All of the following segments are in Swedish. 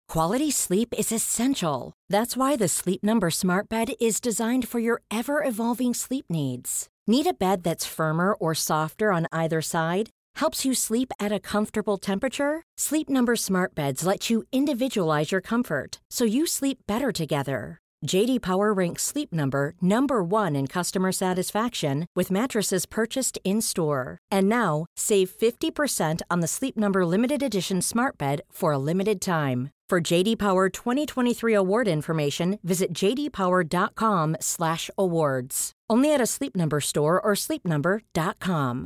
Quality sleep is essential. That's why the Sleep Number Smart Bed is designed for your ever-evolving sleep needs. Need a bed that's firmer or softer on either side? Helps you sleep at a comfortable temperature? Sleep Number Smart Beds let you individualize your comfort, so you sleep better together. J.D. Power ranks Sleep Number #1 in customer satisfaction with mattresses purchased in-store. And now, save 50% on the Sleep Number Limited Edition Smart Bed for a limited time. For J.D. Power 2023 award information, visit jdpower.com/awards. Only at a Sleep Number store or sleepnumber.com.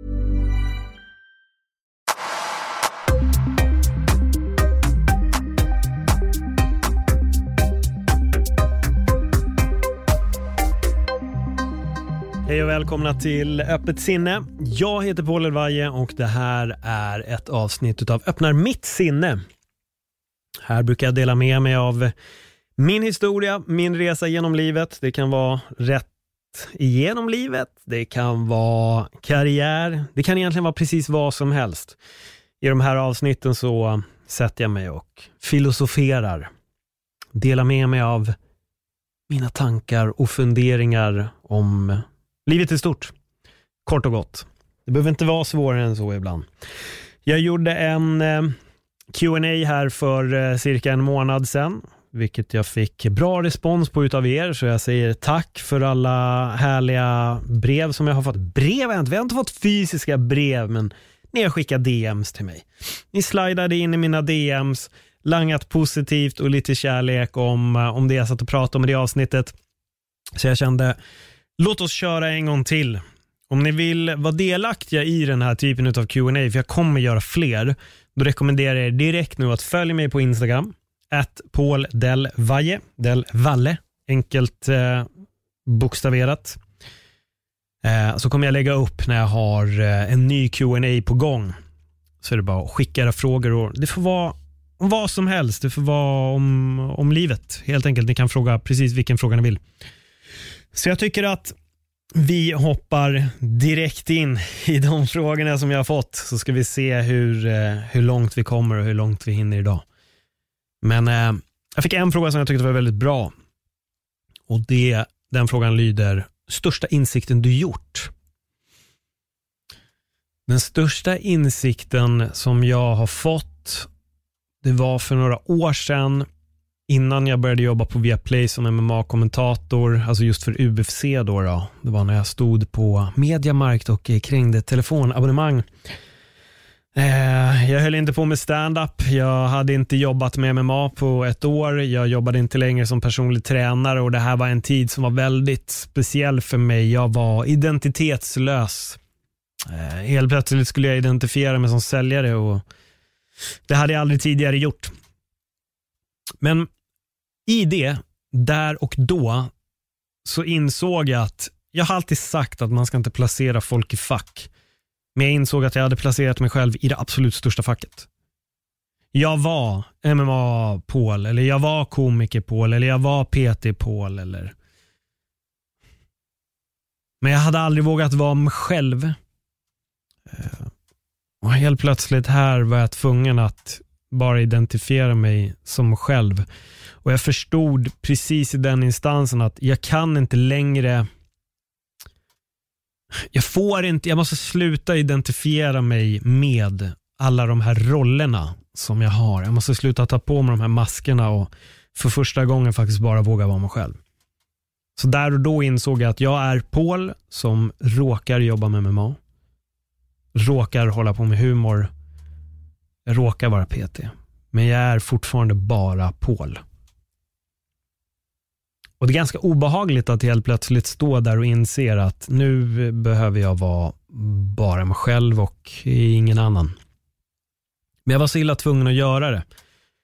Hej och välkomna till Öppet sinne. Jag heter Paul Elvaje och det här är ett avsnitt av Öppnar mitt sinne. Här brukar jag dela med mig av min historia, min resa genom livet. Det kan vara rätt igenom livet, det kan vara karriär, det kan egentligen vara precis vad som helst. I de här avsnitten så sätter jag mig och filosoferar. Delar med mig av mina tankar och funderingar om livet är stort, kort och gott. Det behöver inte vara svårare än så ibland. Jag gjorde en Q&A här för cirka en månad sedan, vilket jag fick bra respons på utav er. Så jag säger tack för alla härliga brev som jag har fått. Vi har inte fått fysiska brev, men ni har skickat DMs till mig. Ni slidade in i mina DMs, langat positivt och lite kärlek om det jag satt och pratade om i det avsnittet. Så jag kände, låt oss köra en gång till. Om ni vill vara delaktiga i den här typen av Q&A, för jag kommer göra fler, då rekommenderar jag er direkt nu att följa mig på Instagram @PaulDelvalle, Del Valle, enkelt bokstaverat. Så kommer jag lägga upp när jag har en ny Q&A på gång. Så är det bara att skicka era frågor, och det får vara om vad som helst. Det får vara om livet, helt enkelt. Ni kan fråga precis vilken fråga ni vill. Så jag tycker att vi hoppar direkt in i de frågorna som jag har fått, så ska vi se hur långt vi kommer och hur långt vi hinner idag. Men jag fick en fråga som jag tyckte var väldigt bra, och den frågan lyder: största insikten du gjort? Den största insikten som jag har fått, det var för några år sedan, innan jag började jobba på Viaplay som MMA-kommentator, alltså just för UFC då. Det var när jag stod på Mediamarkt och krängde telefonabonnemang. Jag höll inte på med stand-up. Jag hade inte jobbat med MMA på ett år. Jag jobbade inte längre som personlig tränare, och det här var en tid som var väldigt speciell för mig. Jag var identitetslös. Helt plötsligt skulle jag identifiera mig som säljare, och det hade jag aldrig tidigare gjort. Men i det, där och då, så insåg jag att jag har alltid sagt att man ska inte placera folk i fack. Men jag insåg att jag hade placerat mig själv i det absolut största facket. Jag var MMA-Paul, eller jag var komiker-Paul, eller jag var PT-Paul, eller... Men jag hade aldrig vågat vara mig själv. Och helt plötsligt här var jag tvungen att bara identifiera mig som själv. Och jag förstod precis i den instansen att jag kan inte längre... Jag måste sluta identifiera mig med alla de här rollerna som jag har. Jag måste sluta ta på mig de här maskerna och för första gången faktiskt bara våga vara mig själv. Så där och då insåg jag att jag är Paul som råkar jobba med MMA. Råkar hålla på med humor. Råkar vara PT. Men jag är fortfarande bara Paul. Och det är ganska obehagligt att helt plötsligt stå där och inser att nu behöver jag vara bara mig själv och ingen annan. Men jag var så illa tvungen att göra det.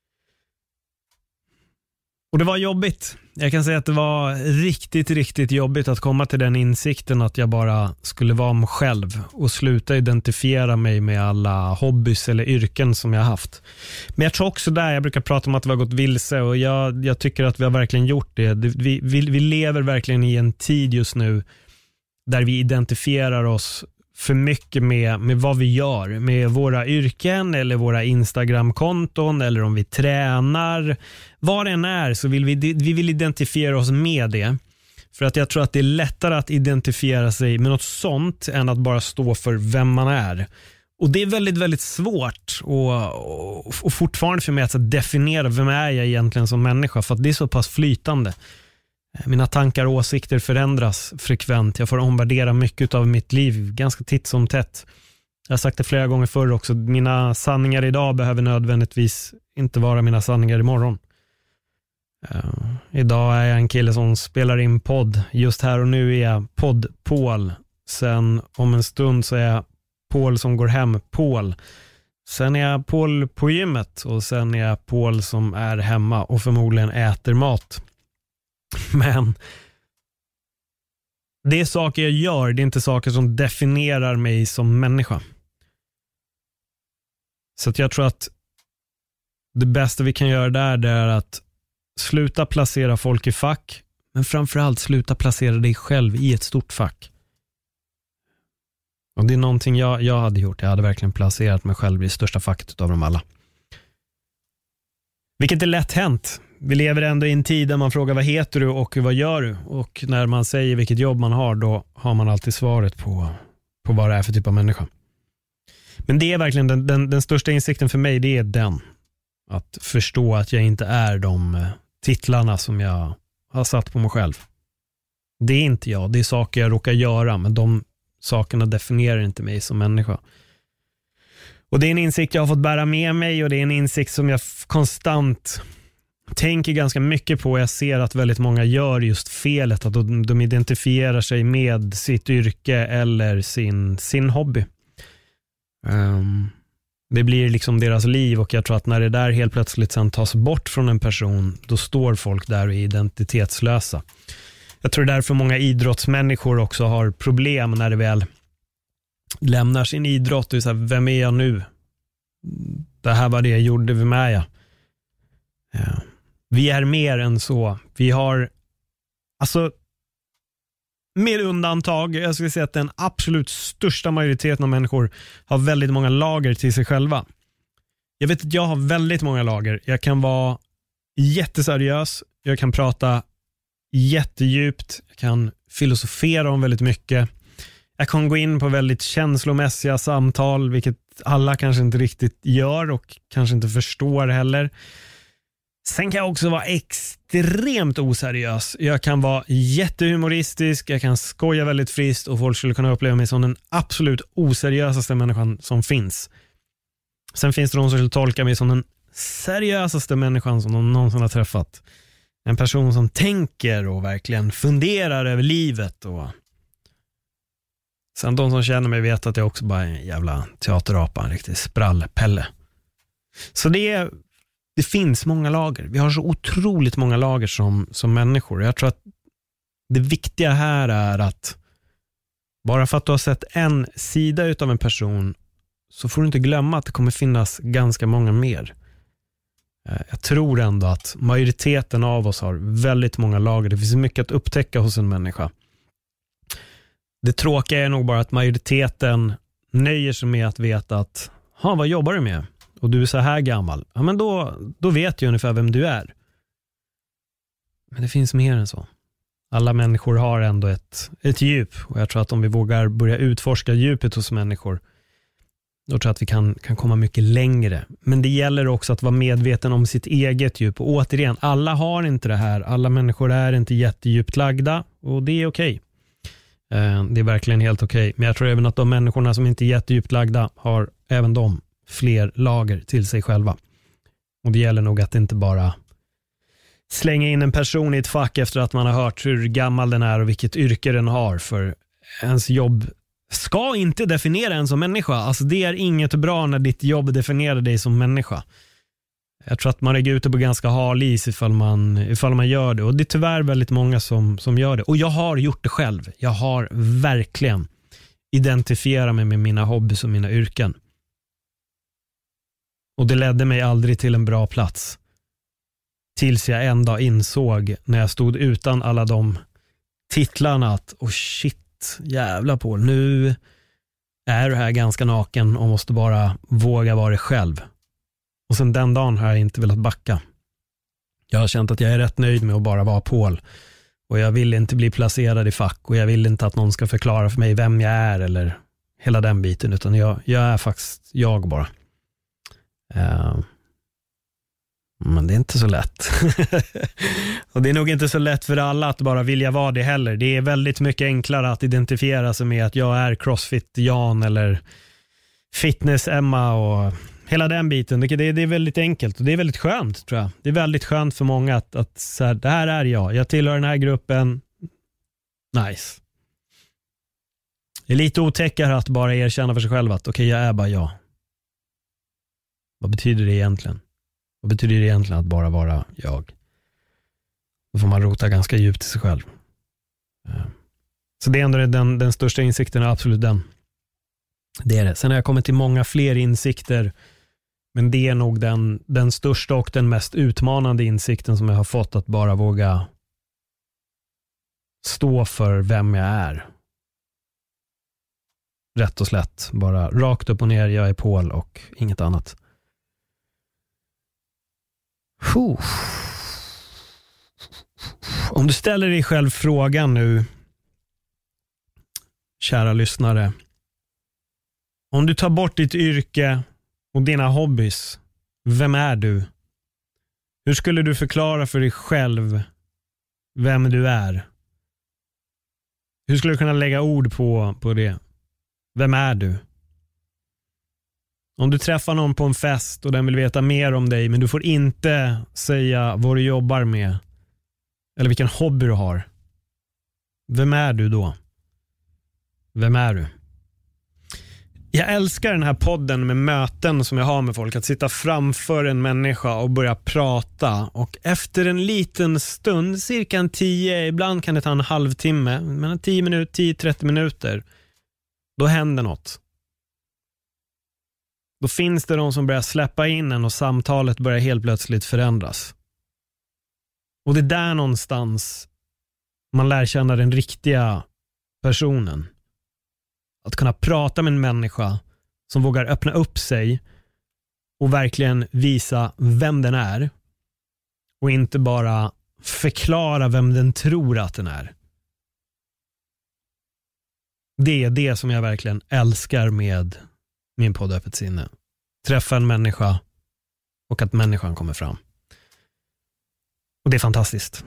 Och det var jobbigt. Jag kan säga att det var riktigt, riktigt jobbigt att komma till den insikten att jag bara skulle vara mig själv och sluta identifiera mig med alla hobbys eller yrken som jag haft. Men jag tror också där, jag brukar prata om att vi har gått vilse, och jag tycker att vi har verkligen gjort det. Vi lever verkligen i en tid just nu där vi identifierar oss för mycket med vad vi gör, med våra yrken eller våra Instagram-konton, eller om vi tränar. Vad det än är så vill vi vill identifiera oss med det. För att jag tror att det är lättare att identifiera sig med något sånt än att bara stå för vem man är. Och det är väldigt, väldigt svårt och fortfarande för mig att definiera vem är jag egentligen som människa, för att det är så pass flytande. Mina tankar och åsikter förändras frekvent. Jag får omvärdera mycket av mitt liv ganska titt som tätt. Jag har sagt det flera gånger förr också. Mina sanningar idag behöver nödvändigtvis inte vara mina sanningar imorgon. Idag är jag en kille som spelar in podd. Just här och nu är jag podd-Paul. Sen om en stund så är jag Paul som går hem, Paul. Sen är jag Paul på gymmet. Och sen är jag Paul som är hemma och förmodligen äter mat. Men det är saker jag gör, det är inte saker som definierar mig som människa. Så att jag tror att det bästa vi kan göra där, det är att sluta placera folk i fack, men framförallt sluta placera dig själv i ett stort fack. Och det är någonting jag hade gjort. Jag hade verkligen placerat mig själv i det största facket av dem alla. Vilket är lätt hänt. Vi lever ändå i en tid där man frågar vad heter du och vad gör du? Och när man säger vilket jobb man har, då har man alltid svaret på vad det är för typ av människa. Men det är verkligen den största insikten för mig, det är den. Att förstå att jag inte är de titlarna som jag har satt på mig själv. Det är inte jag, det är saker jag råkar göra, men de sakerna definierar inte mig som människa. Och det är en insikt jag har fått bära med mig, och det är en insikt som jag konstant tänker ganska mycket på. Jag ser att väldigt många gör just felet, att de identifierar sig med sitt yrke eller sin hobby. Det blir liksom deras liv, och jag tror att när det där helt plötsligt sen tas bort från en person, då står folk där och är identitetslösa. Jag tror därför många idrottsmänniskor också har problem när det väl lämnar sin idrott och så här, vem är jag nu? Det här var det jag gjorde, vem är jag? Vi är mer än så. Vi har, alltså med undantag, jag skulle säga att den absolut största majoriteten av människor har väldigt många lager till sig själva. Jag vet att jag har väldigt många lager. Jag kan vara jätteseriös, jag kan prata jättedjupt, jag kan filosofera om väldigt mycket. Jag kan gå in på väldigt känslomässiga samtal, vilket alla kanske inte riktigt gör och kanske inte förstår heller. Sen kan jag också vara extremt oseriös. Jag kan vara jättehumoristisk, jag kan skoja väldigt friskt, och folk skulle kunna uppleva mig som den absolut oseriösaste människan som finns. Sen finns det de som skulle tolka mig som den seriösaste människan som de någonsin har träffat. En person som tänker och verkligen funderar över livet. Och sen de som känner mig vet att jag också bara är en jävla teaterapa, en riktig sprallpelle. Så det finns många lager. Vi har så otroligt många lager som människor. Jag tror att det viktiga här är att bara för att du har sett en sida utav en person, så får du inte glömma att det kommer finnas ganska många mer. Jag tror ändå att majoriteten av oss har väldigt många lager. Det finns mycket att upptäcka hos en människa. Det tråkiga är nog bara att majoriteten nöjer sig med att veta att vad jobbar du med? Och du är så här gammal. Ja, men då vet jag ungefär vem du är. Men det finns mer än så. Alla människor har ändå ett djup. Och jag tror att om vi vågar börja utforska djupet hos människor, då tror jag att vi kan komma mycket längre. Men det gäller också att vara medveten om sitt eget djup. Och återigen, alla har inte det här. Alla människor är inte jättedjupt lagda. Och det är okej. Det är verkligen helt okej. Men jag tror även att de människorna som inte är jättedjupt lagda har även de fler lager till sig själva. Och det gäller nog att inte bara slänga in en person i ett fack efter att man har hört hur gammal den är och vilket yrke den har. För ens jobb ska inte definiera en som människa. Alltså det är inget bra när ditt jobb definierar dig som människa. Jag tror att man är ute på ganska hal is ifall man gör det. Och det är tyvärr väldigt många som gör det. Och jag har gjort det själv. Jag har verkligen identifierat mig med mina hobbys och mina yrken. Och det ledde mig aldrig till en bra plats. Tills jag en dag insåg, när jag stod utan alla de titlarna, att shit, jävla på, nu är du här ganska naken och måste bara våga vara dig själv. Och sen den dagen har jag inte velat backa. Jag har känt att jag är rätt nöjd med att bara vara Paul. Och jag vill inte bli placerad i fack. Och jag vill inte att någon ska förklara för mig vem jag är eller hela den biten. Utan jag är faktiskt jag bara. Men det är inte så lätt. Och det är nog inte så lätt för alla att bara vilja vara det heller. Det är väldigt mycket enklare att identifiera sig med att jag är CrossFit Jan eller Fitness Emma och hela den biten. Det är väldigt enkelt och det är väldigt skönt, tror jag. Det är väldigt skönt för många att så här, det här är jag tillhör den här gruppen. Nice. Det är lite otäckare att bara erkänna för sig själv att okej, jag är bara jag. Vad betyder det egentligen? Vad betyder det egentligen att bara vara jag? Då får man rota ganska djupt i sig själv. Så det är ändå den största insikten, är absolut den. Det är det. Sen har jag kommit till många fler insikter, men det är nog den största och den mest utmanande insikten som jag har fått, att bara våga stå för vem jag är. Rätt och slätt. Bara rakt upp och ner, jag är Paul och inget annat. Om du ställer dig själv frågan nu, kära lyssnare, om du tar bort ditt yrke och dina hobbys, vem är du? Hur skulle du förklara för dig själv vem du är? Hur skulle du kunna lägga ord på det? Vem är du? Om du träffar någon på en fest och den vill veta mer om dig, men du får inte säga vad du jobbar med eller vilken hobby du har. Vem är du då? Vem är du? Jag älskar den här podden med möten som jag har med folk. Att sitta framför en människa och börja prata. Och efter en liten stund, cirka en 10, ibland kan det ta en halvtimme, men 10-30 minuter, då händer något. Då finns det de som börjar släppa in en och samtalet börjar helt plötsligt förändras. Och det är där någonstans man lär känna den riktiga personen. Att kunna prata med en människa som vågar öppna upp sig och verkligen visa vem den är. Och inte bara förklara vem den tror att den är. Det är det som jag verkligen älskar med min podd Öppet sinne. Träffa en människa och att människan kommer fram. Och det är fantastiskt.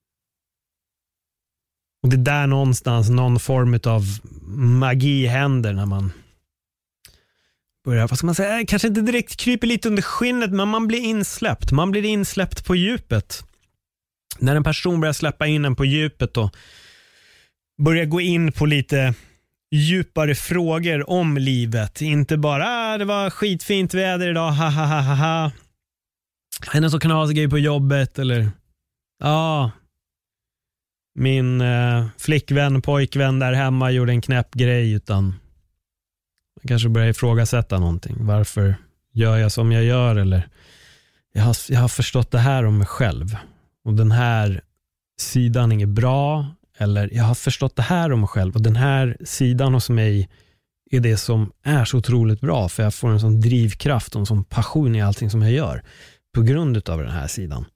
Och det är där någonstans någon form av magi händer när man börjar, vad ska man säga, kanske inte direkt kryper lite under skinnet, men man blir insläppt. Man blir insläppt på djupet. När en person börjar släppa in en på djupet och börjar gå in på lite djupare frågor om livet. Inte bara, det var skitfint väder idag, ha ha ha ha ha. Henne så knasig på jobbet, eller min pojkvän där hemma gjorde en knäpp grej, utan man kanske börjar ifrågasätta någonting. Varför gör jag som jag gör? Eller jag har förstått det här om mig själv. Och den här sidan är bra. Eller jag har förstått det här om mig själv. Och den här sidan hos mig är det som är så otroligt bra. För jag får en sån drivkraft och en sån passion i allting som jag gör. På grund av den här sidan.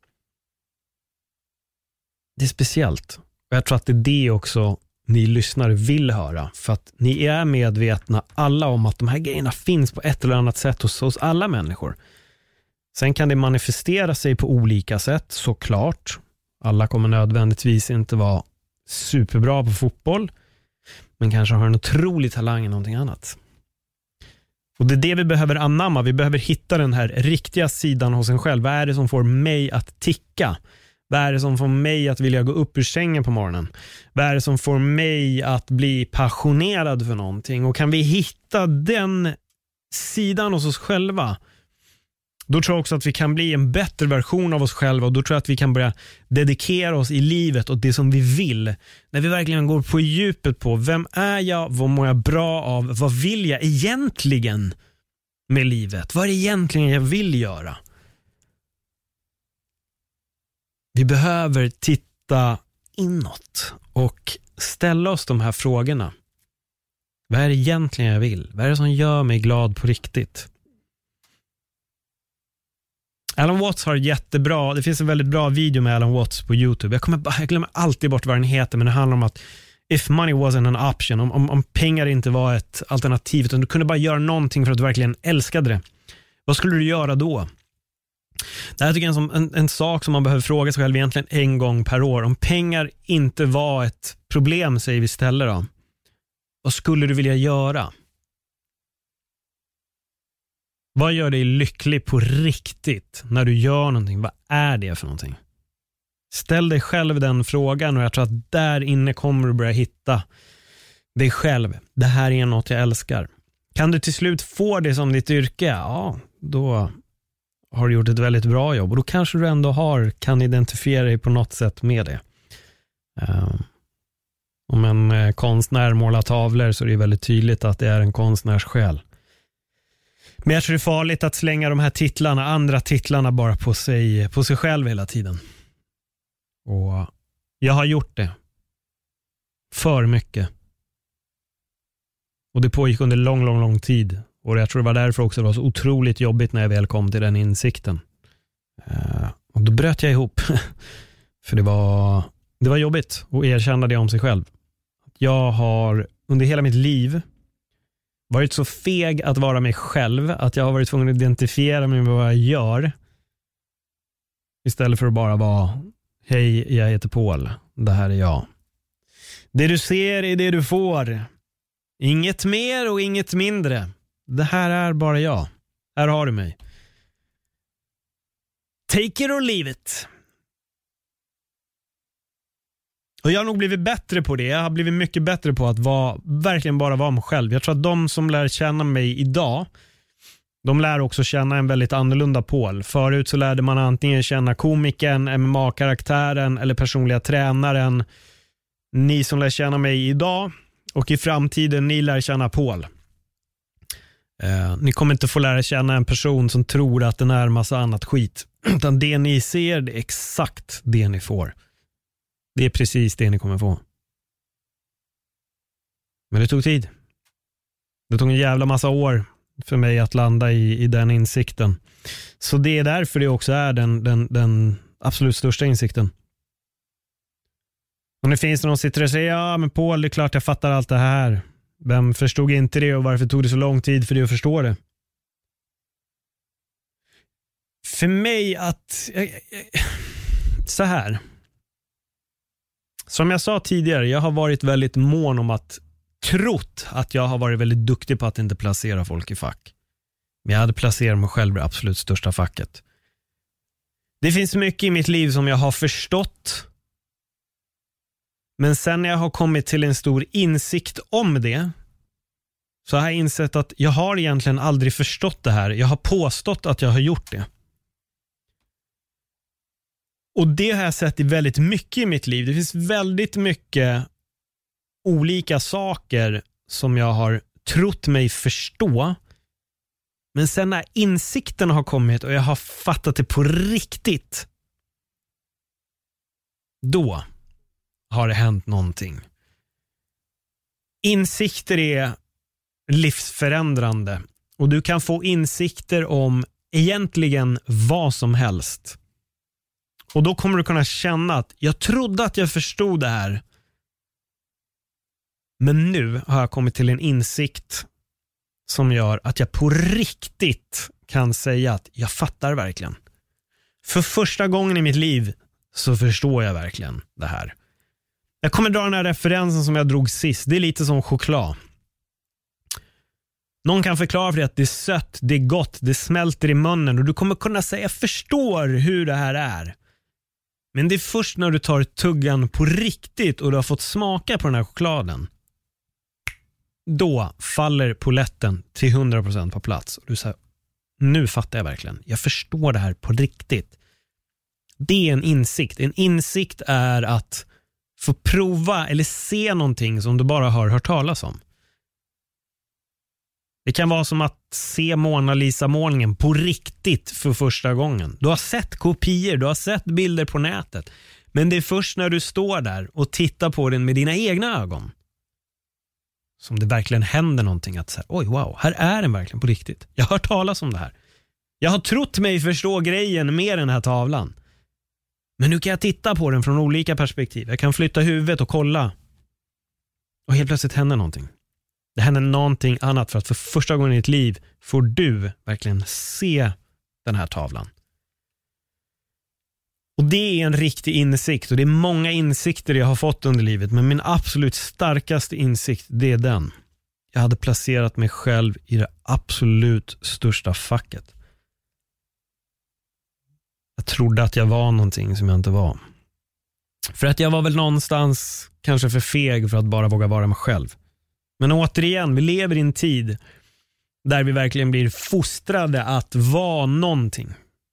Det är speciellt. Och jag tror att det är det också ni lyssnare vill höra. För att ni är medvetna alla om att de här grejerna finns på ett eller annat sätt hos alla människor. Sen kan det manifestera sig på olika sätt, såklart. Alla kommer nödvändigtvis inte vara superbra på fotboll, men kanske har en otrolig talang i någonting annat. Och det är det vi behöver anamma. Vi behöver hitta den här riktiga sidan hos en själv. Vad är det som får mig att ticka? Vad är det som får mig att vilja gå upp ur sängen på morgonen? Vad är det som får mig att bli passionerad för någonting? Och kan vi hitta den sidan hos oss själva, då tror jag också att vi kan bli en bättre version av oss själva. Och då tror jag att vi kan börja dedikera oss i livet åt det som vi vill. När vi verkligen går på djupet på vem är jag, vad mår jag bra av, vad vill jag egentligen med livet? Vad är det egentligen jag vill göra? Vi behöver titta inåt och ställa oss de här frågorna. Vad är det egentligen jag vill? Vad är det som gör mig glad på riktigt? Alan Watts har jättebra, det finns en väldigt bra video med Alan Watts på YouTube. Jag glömmer alltid bort vad den heter, men det handlar om att if money wasn't an option, om pengar inte var ett alternativ, utan du kunde bara göra någonting för att du verkligen älskade det. Vad skulle du göra då? Det här tycker jag är en sak som man behöver fråga sig själv egentligen en gång per år. Om pengar inte var ett problem, säger vi istället då. Vad skulle du vilja göra? Vad gör dig lycklig på riktigt när du gör någonting? Vad är det för någonting? Ställ dig själv den frågan och jag tror att där inne kommer du börja hitta dig själv. Det här är något jag älskar. Kan du till slut få det som ditt yrke? Ja, då har du gjort ett väldigt bra jobb och då kanske du ändå kan identifiera dig på något sätt med det. Om en konstnär målar tavlor så är det väldigt tydligt att det är en konstnärs själ. Men jag tror det är farligt att slänga de här andra titlarna bara på sig själv hela tiden. Och jag har gjort det för mycket. Och det pågick under lång tid. Och jag tror det var därför också det var så otroligt jobbigt när jag väl kom till den insikten. Och då bröt jag ihop. För det var jobbigt att erkänna det om sig själv. Jag har under hela mitt liv varit så feg att vara mig själv att jag har varit tvungen att identifiera mig med vad jag gör. Istället för att bara vara hej, jag heter Paul. Det här är jag. Det du ser är det du får. Inget mer och inget mindre. Det här är bara jag. Här har du mig. Take it or leave it. Och jag har nog blivit bättre på det. Jag har blivit mycket bättre på att verkligen bara vara mig själv. Jag tror att de som lär känna mig idag, de lär också känna en väldigt annorlunda Paul. Förut så lärde man antingen känna komikern, MMA-karaktären eller personliga tränaren. Ni som lär känna mig idag och i framtiden, ni lär känna Paul. Ni kommer inte få lära känna en person som tror att den är massa annat skit. Utan det ni ser, det är exakt det ni får. Det är precis det ni kommer få. Men det tog tid. Det tog en jävla massa år för mig att landa i den insikten. Så det är därför det också är den absolut största insikten. Och det finns någon som sitter och säger, ja men Paul, det är klart jag fattar allt det här. Vem förstod inte det och varför tog det så lång tid för dig att förstå det? För mig så här. Som jag sa tidigare, jag har varit väldigt mån om att trott att jag har varit väldigt duktig på att inte placera folk i fack. Men jag hade placerat mig själv i det absolut största facket. Det finns mycket i mitt liv som jag har förstått. Men sen när jag har kommit till en stor insikt om det, så har jag insett att jag har egentligen aldrig förstått det här. Jag har påstått att jag har gjort det. Och det har jag sett i väldigt mycket i mitt liv. Det finns väldigt mycket olika saker som jag har trott mig förstå. Men sen när insikten har kommit och jag har fattat det på riktigt, då har det hänt någonting. Insikter är livsförändrande. Och du kan få insikter om egentligen vad som helst. Och då kommer du kunna känna att jag trodde att jag förstod det här. Men nu har jag kommit till en insikt som gör att jag på riktigt kan säga att jag fattar verkligen. För första gången i mitt liv så förstår jag verkligen det här. Jag kommer dra den här referensen som jag drog sist. Det är lite som choklad. Någon kan förklara för dig att det är sött, det är gott, det smälter i munnen och du kommer kunna säga jag förstår hur det här är. Men det är först när du tar tuggan på riktigt och du har fått smaka på den här chokladen. Då faller poletten till 100% på plats. Och du säger, nu fattar jag verkligen. Jag förstår det här på riktigt. Det är en insikt. En insikt är att få prova eller se någonting som du bara har hört talas om. Det kan vara som att se Mona Lisa-målningen på riktigt för första gången. Du har sett kopior, du har sett bilder på nätet. Men det är först när du står där och tittar på den med dina egna ögon som det verkligen händer någonting. Att så här, oj wow, här är den verkligen på riktigt. Jag har hört talas om det här. Jag har trott mig förstå grejen med den här tavlan. Men nu kan jag titta på den från olika perspektiv. Jag kan flytta huvudet och kolla. Och helt plötsligt händer någonting. Det händer någonting annat för att för första gången i ditt liv får du verkligen se den här tavlan. Och det är en riktig insikt, och det är många insikter jag har fått under livet, men min absolut starkaste insikt, det är den. Jag hade placerat mig själv i det absolut största facket. Jag trodde att jag var någonting som jag inte var. För att jag var väl någonstans kanske för feg för att bara våga vara mig själv. Men återigen, vi lever i en tid där vi verkligen blir fostrade att vara någonting.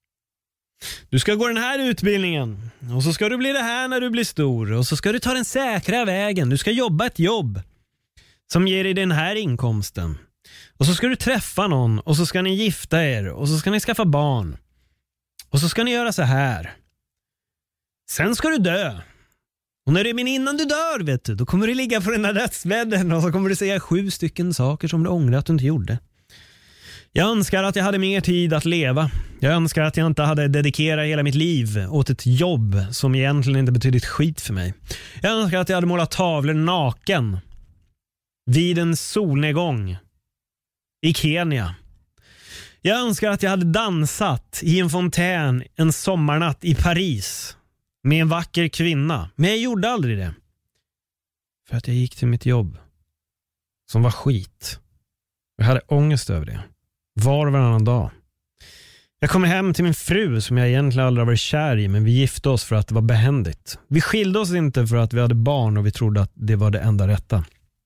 Du ska gå den här utbildningen, och så ska du bli det här när du blir stor, och så ska du ta den säkra vägen. Du ska jobba ett jobb som ger dig den här inkomsten, och så ska du träffa någon, och så ska ni gifta er, och så ska ni skaffa barn, och så ska ni göra så här. Sen ska du dö. Och när det är innan du dör, vet du, då kommer du ligga på den där dödsbädden, och så kommer du säga 7 saker som du ångrar att du inte gjorde. Jag önskar att jag hade mer tid att leva. Jag önskar att jag inte hade dedikerat hela mitt liv åt ett jobb som egentligen inte betydit skit för mig. Jag önskar att jag hade målat tavlor naken vid en solnedgång i Kenya. Jag önskar att jag hade dansat i en fontän en sommarnatt i Paris med en vacker kvinna. Men jag gjorde aldrig det. För att jag gick till mitt jobb som var skit. Jag hade ångest över det. Var och varannan dag. Jag kom hem till min fru som jag egentligen aldrig varit kär i, men vi gifte oss för att det var behändigt. Vi skilde oss inte för att vi hade barn och vi trodde att det var det enda rätta.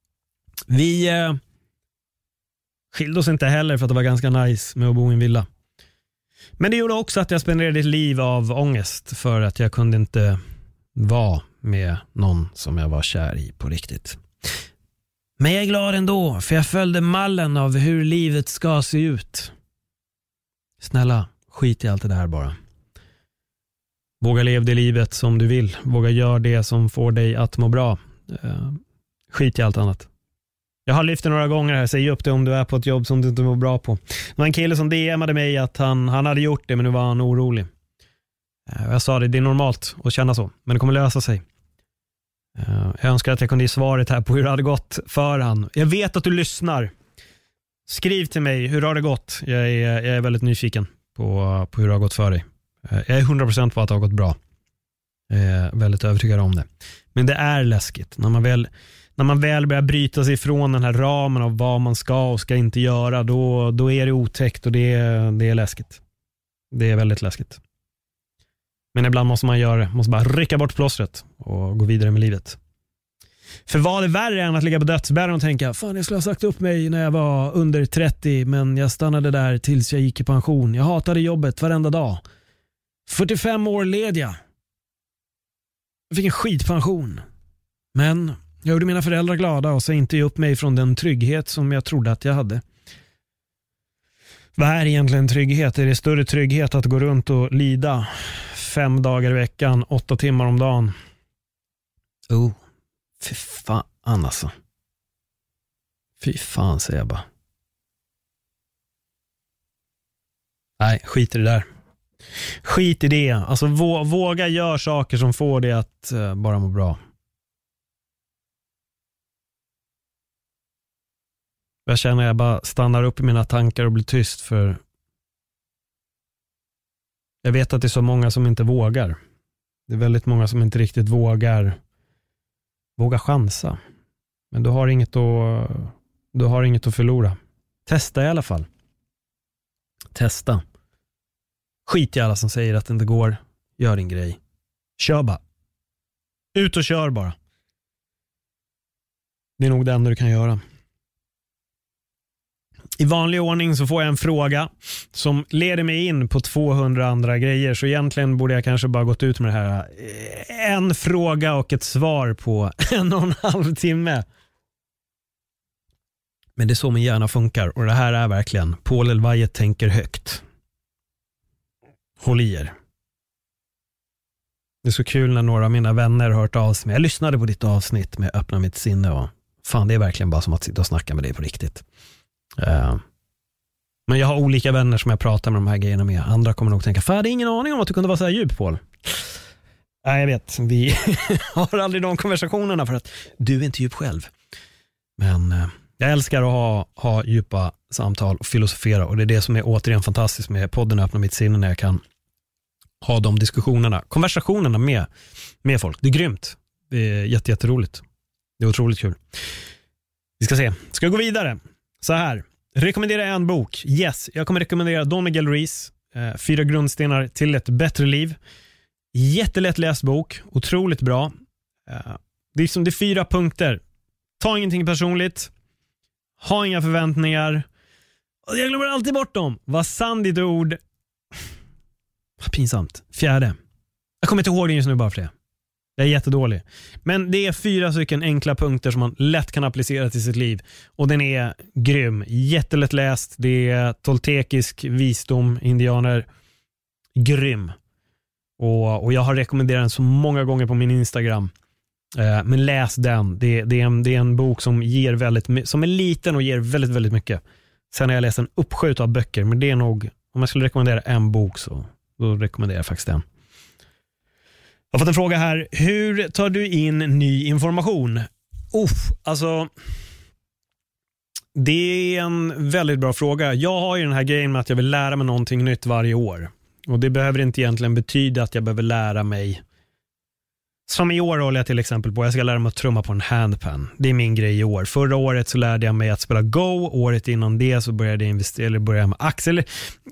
Vi skilde oss inte heller för att det var ganska nice med att bo i en villa. Men det gjorde också att jag spenderade ett liv av ångest för att jag kunde inte vara med någon som jag var kär i på riktigt. Men jag är glad ändå, för jag följde mallen av hur livet ska se ut. Snälla, skit i allt det där bara. Våga leva det livet som du vill. Våga göra det som får dig att må bra. Skit i allt annat. Jag har lyft det några gånger här. Säg upp det om du är på ett jobb som du inte var bra på. Det var en kille som DMade mig att han hade gjort det, men nu var han orolig. Jag sa det är normalt att känna så, men det kommer lösa sig. Jag önskar att jag kunde ge svaret här på hur det hade gått för han. Jag vet att du lyssnar. Skriv till mig, hur har det gått? Jag är väldigt nyfiken på hur det har gått för dig. Jag är 100% på att det har gått bra. Jag är väldigt övertygad om det. Men det är läskigt. När man väl börjar bryta sig ifrån den här ramen av vad man ska och ska inte göra, då är det otäckt och det är läskigt. Det är väldigt läskigt. Men ibland måste man göra det. Måste bara rycka bort plåstret och gå vidare med livet. För vad är värre än att ligga på dödsbädden och tänka, fan jag skulle ha sagt upp mig när jag var under 30, men jag stannade där tills jag gick i pension. Jag hatade jobbet varenda dag. 45 år led jag. Jag fick en skitpension. Men jag gjorde mina föräldrar glada och sa inte upp mig från den trygghet som jag trodde att jag hade. Vad är egentligen trygghet? Är det större trygghet att gå runt och lida 5 dagar i veckan, 8 timmar om dagen? Fy fan alltså. Fy fan säger jag bara. Nej, skit i det där. Skit i det. Alltså våga göra saker som får dig att bara må bra. Jag känner att jag bara stannar upp i mina tankar och blir tyst, för jag vet att det är så många som inte vågar. Det är väldigt många som inte riktigt vågar chansa. Men du har inget att förlora. Testa i alla fall. Testa. Skit i alla som säger att det inte går. Gör din grej. Kör bara. Ut och kör bara. Det är nog det enda du kan göra. I vanlig ordning så får jag en fråga som leder mig in på 200 andra grejer. Så egentligen borde jag kanske bara gått ut med det här. En fråga och ett svar på 1,5 timme. Men det är så min hjärna funkar. Och det här är verkligen Paul Elvaje tänker högt. Håll i er. Det är så kul när några av mina vänner har hört av sig. Jag lyssnade på ditt avsnitt med Öppna mitt sinne och fan, det är verkligen bara som att sitta och snacka med dig på riktigt. Men jag har olika vänner som jag pratar med de här grejerna med. Andra kommer nog tänka, fan, jag hade ingen aning om att du kunde vara så här djup, Paul. Nej, jag vet. Vi har aldrig de konversationerna för att du är inte djup själv. Men jag älskar att ha djupa samtal och filosofera. Och det är det som är återigen fantastiskt med podden Öppna mitt sinne, när jag kan ha de diskussionerna, konversationerna med folk. Det är grymt. Det är jätteroligt. Det är otroligt kul. Vi ska se. Ska jag gå vidare? Så här. Rekommendera en bok. Yes, jag kommer rekommendera Don Miguel Ruiz, 4 grundstenar till ett bättre liv. Jättelätt läst bok. Otroligt bra. Det är 4 punkter. Ta ingenting personligt. Ha inga förväntningar. Och jag glömmer alltid bort dem. Var sann ditt ord. Pinsamt. 4. Jag kommer inte ihåg det just nu bara för det. Jag är jättedålig. Men det är 4 stycken enkla punkter som man lätt kan applicera till sitt liv. Och den är grym. Jättelätt läst. Det är toltekisk visdom, indianer. Grym. Och jag har rekommenderat den så många gånger på min Instagram. Men läs den. Det är en bok som som är liten och ger väldigt, väldigt mycket. Sen har jag läst en uppskjut av böcker. Men det är nog, om jag skulle rekommendera en bok, så då rekommenderar jag faktiskt den. Jag har fått en fråga här. Hur tar du in ny information? Alltså, det är en väldigt bra fråga. Jag har ju den här grejen med att jag vill lära mig någonting nytt varje år. Och det behöver inte egentligen betyda att jag behöver lära mig. Som i år håller jag till exempel på. Jag ska lära mig att trumma på en handpan. Det är min grej i år. Förra året så lärde jag mig att spela Go. Året innan det så började jag investera, eller började med aktier.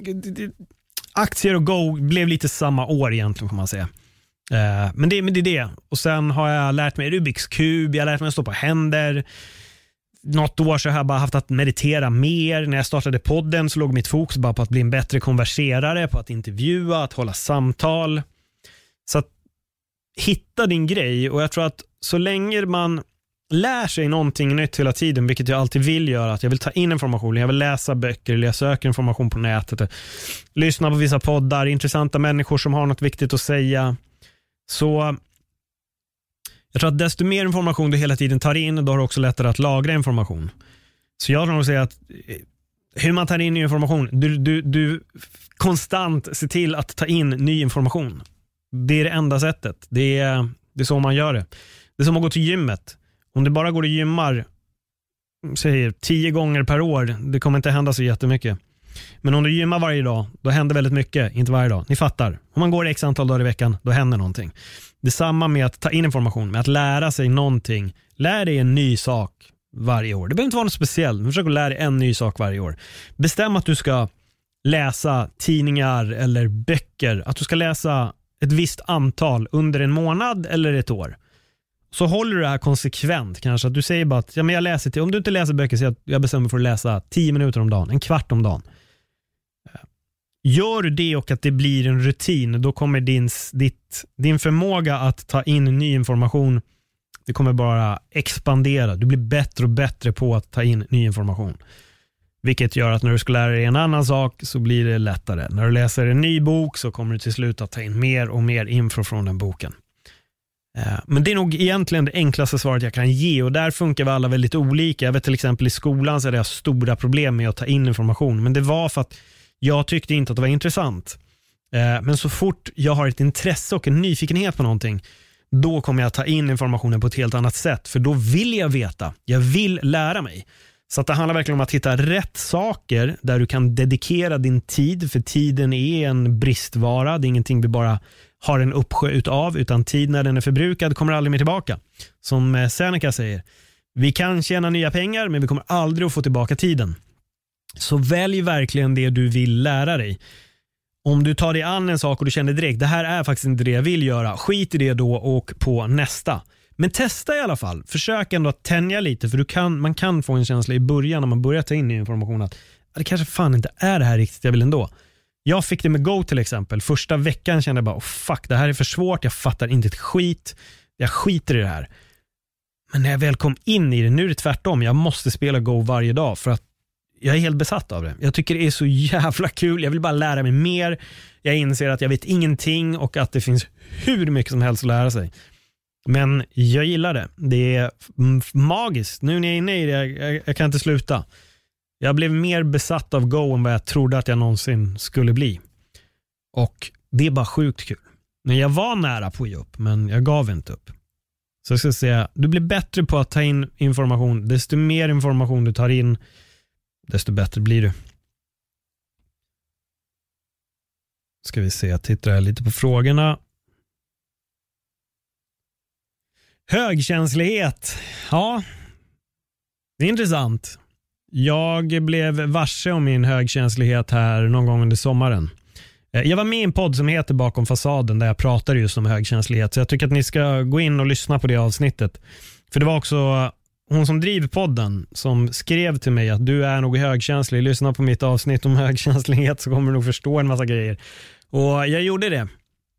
Aktier och Go blev lite samma år egentligen, kan man säga. Men det är det. Och sen har jag lärt mig Rubiks kub. Jag har lärt mig att stå på händer. Något år så har jag bara haft att meditera mer. När jag startade podden så låg mitt fokus bara på att bli en bättre konverserare, på att intervjua, att hålla samtal. Så att hitta din grej. Och jag tror att så länge man lär sig någonting nytt hela tiden, vilket jag alltid vill göra, att jag vill ta in information, jag vill läsa böcker, eller jag söker information på nätet, lyssna på vissa poddar, intressanta människor som har något viktigt att säga. Så jag tror att desto mer information du hela tiden tar in, då har du också lättare att lagra information. Så jag tror nog säga att hur man tar in ny information, du konstant ser till att ta in ny information. Det är det enda sättet. Det är så man gör det. Det är som att gå till gymmet. Om du bara går och gymmar 10 gånger per år, det kommer inte hända så jättemycket. Men om du gymmar varje dag, då händer väldigt mycket, inte varje dag. Ni fattar. Om man går x antal dagar i veckan, då händer någonting. Det är samma med att ta in information, med att lära sig någonting. Lär dig en ny sak varje år. Det behöver inte vara något speciellt. Försök att lära dig en ny sak varje år. Bestäm att du ska läsa tidningar eller böcker. Att du ska läsa ett visst antal under en månad eller ett år. Så håller du det här konsekvent. Kanske att du säger bara att ja, men jag läser om du inte läser böcker, så jag bestämmer mig för att läsa 10 minuter om dagen, en kvart om dagen. Gör du det och att det blir en rutin, då kommer din förmåga att ta in ny information, det kommer bara expandera. Du blir bättre och bättre på att ta in ny information. Vilket gör att när du ska lära dig en annan sak så blir det lättare. När du läser en ny bok så kommer du till slut att ta in mer och mer info från den boken. Men det är nog egentligen det enklaste svaret jag kan ge, och där funkar vi alla väldigt olika. Jag vet till exempel i skolan så är det stora problem med att ta in information, men det var för att jag tyckte inte att det var intressant. Men så fort jag har ett intresse och en nyfikenhet på någonting, då kommer jag ta in informationen på ett helt annat sätt, för då vill jag veta, jag vill lära mig. Så att det handlar verkligen om att hitta rätt saker där du kan dedikera din tid, för tiden är en bristvara, det är ingenting vi bara har en uppsjö utav, utan tid när den är förbrukad kommer aldrig mer tillbaka. Som Seneca säger, vi kan tjäna nya pengar men vi kommer aldrig att få tillbaka tiden. Så välj verkligen det du vill lära dig. Om du tar dig an en sak och du känner direkt, det här är faktiskt inte det jag vill göra, skit i det då och på nästa. Men testa i alla fall, försök ändå att tänja lite, för man kan få en känsla i början när man börjar ta in information att det kanske fan inte är det här riktigt jag vill ändå. Jag fick det med Go till exempel. Första veckan kände jag bara, fuck, det här är för svårt, jag fattar inte ett skit, jag skiter i det här. Men när jag väl kom in i det, nu är det tvärtom, jag måste spela Go varje dag för att jag är helt besatt av det. Jag tycker det är så jävla kul, jag vill bara lära mig mer. Jag inser att jag vet ingenting och att det finns hur mycket som helst att lära sig. Men jag gillar det. Det är magiskt. Nu när jag är inne i det, jag kan inte sluta. Jag blev mer besatt av Go än vad jag trodde att jag någonsin skulle bli. Och det är bara sjukt kul. Men jag var nära på att ge upp, men jag gav inte upp. Så jag ska säga, du blir bättre på att ta in information. Desto mer information du tar in, desto bättre blir du. Ska vi se, jag tittar här lite på frågorna. Högkänslighet. Ja, det är intressant. Jag blev varse om min högkänslighet här någon gång under sommaren. Jag var med i en podd som heter Bakom fasaden där jag pratar just om högkänslighet. Så jag tycker att ni ska gå in och lyssna på det avsnittet. För det var också hon som driver podden som skrev till mig att du är nog högkänslig. Lyssna på mitt avsnitt om högkänslighet så kommer du nog förstå en massa grejer. Och jag gjorde det.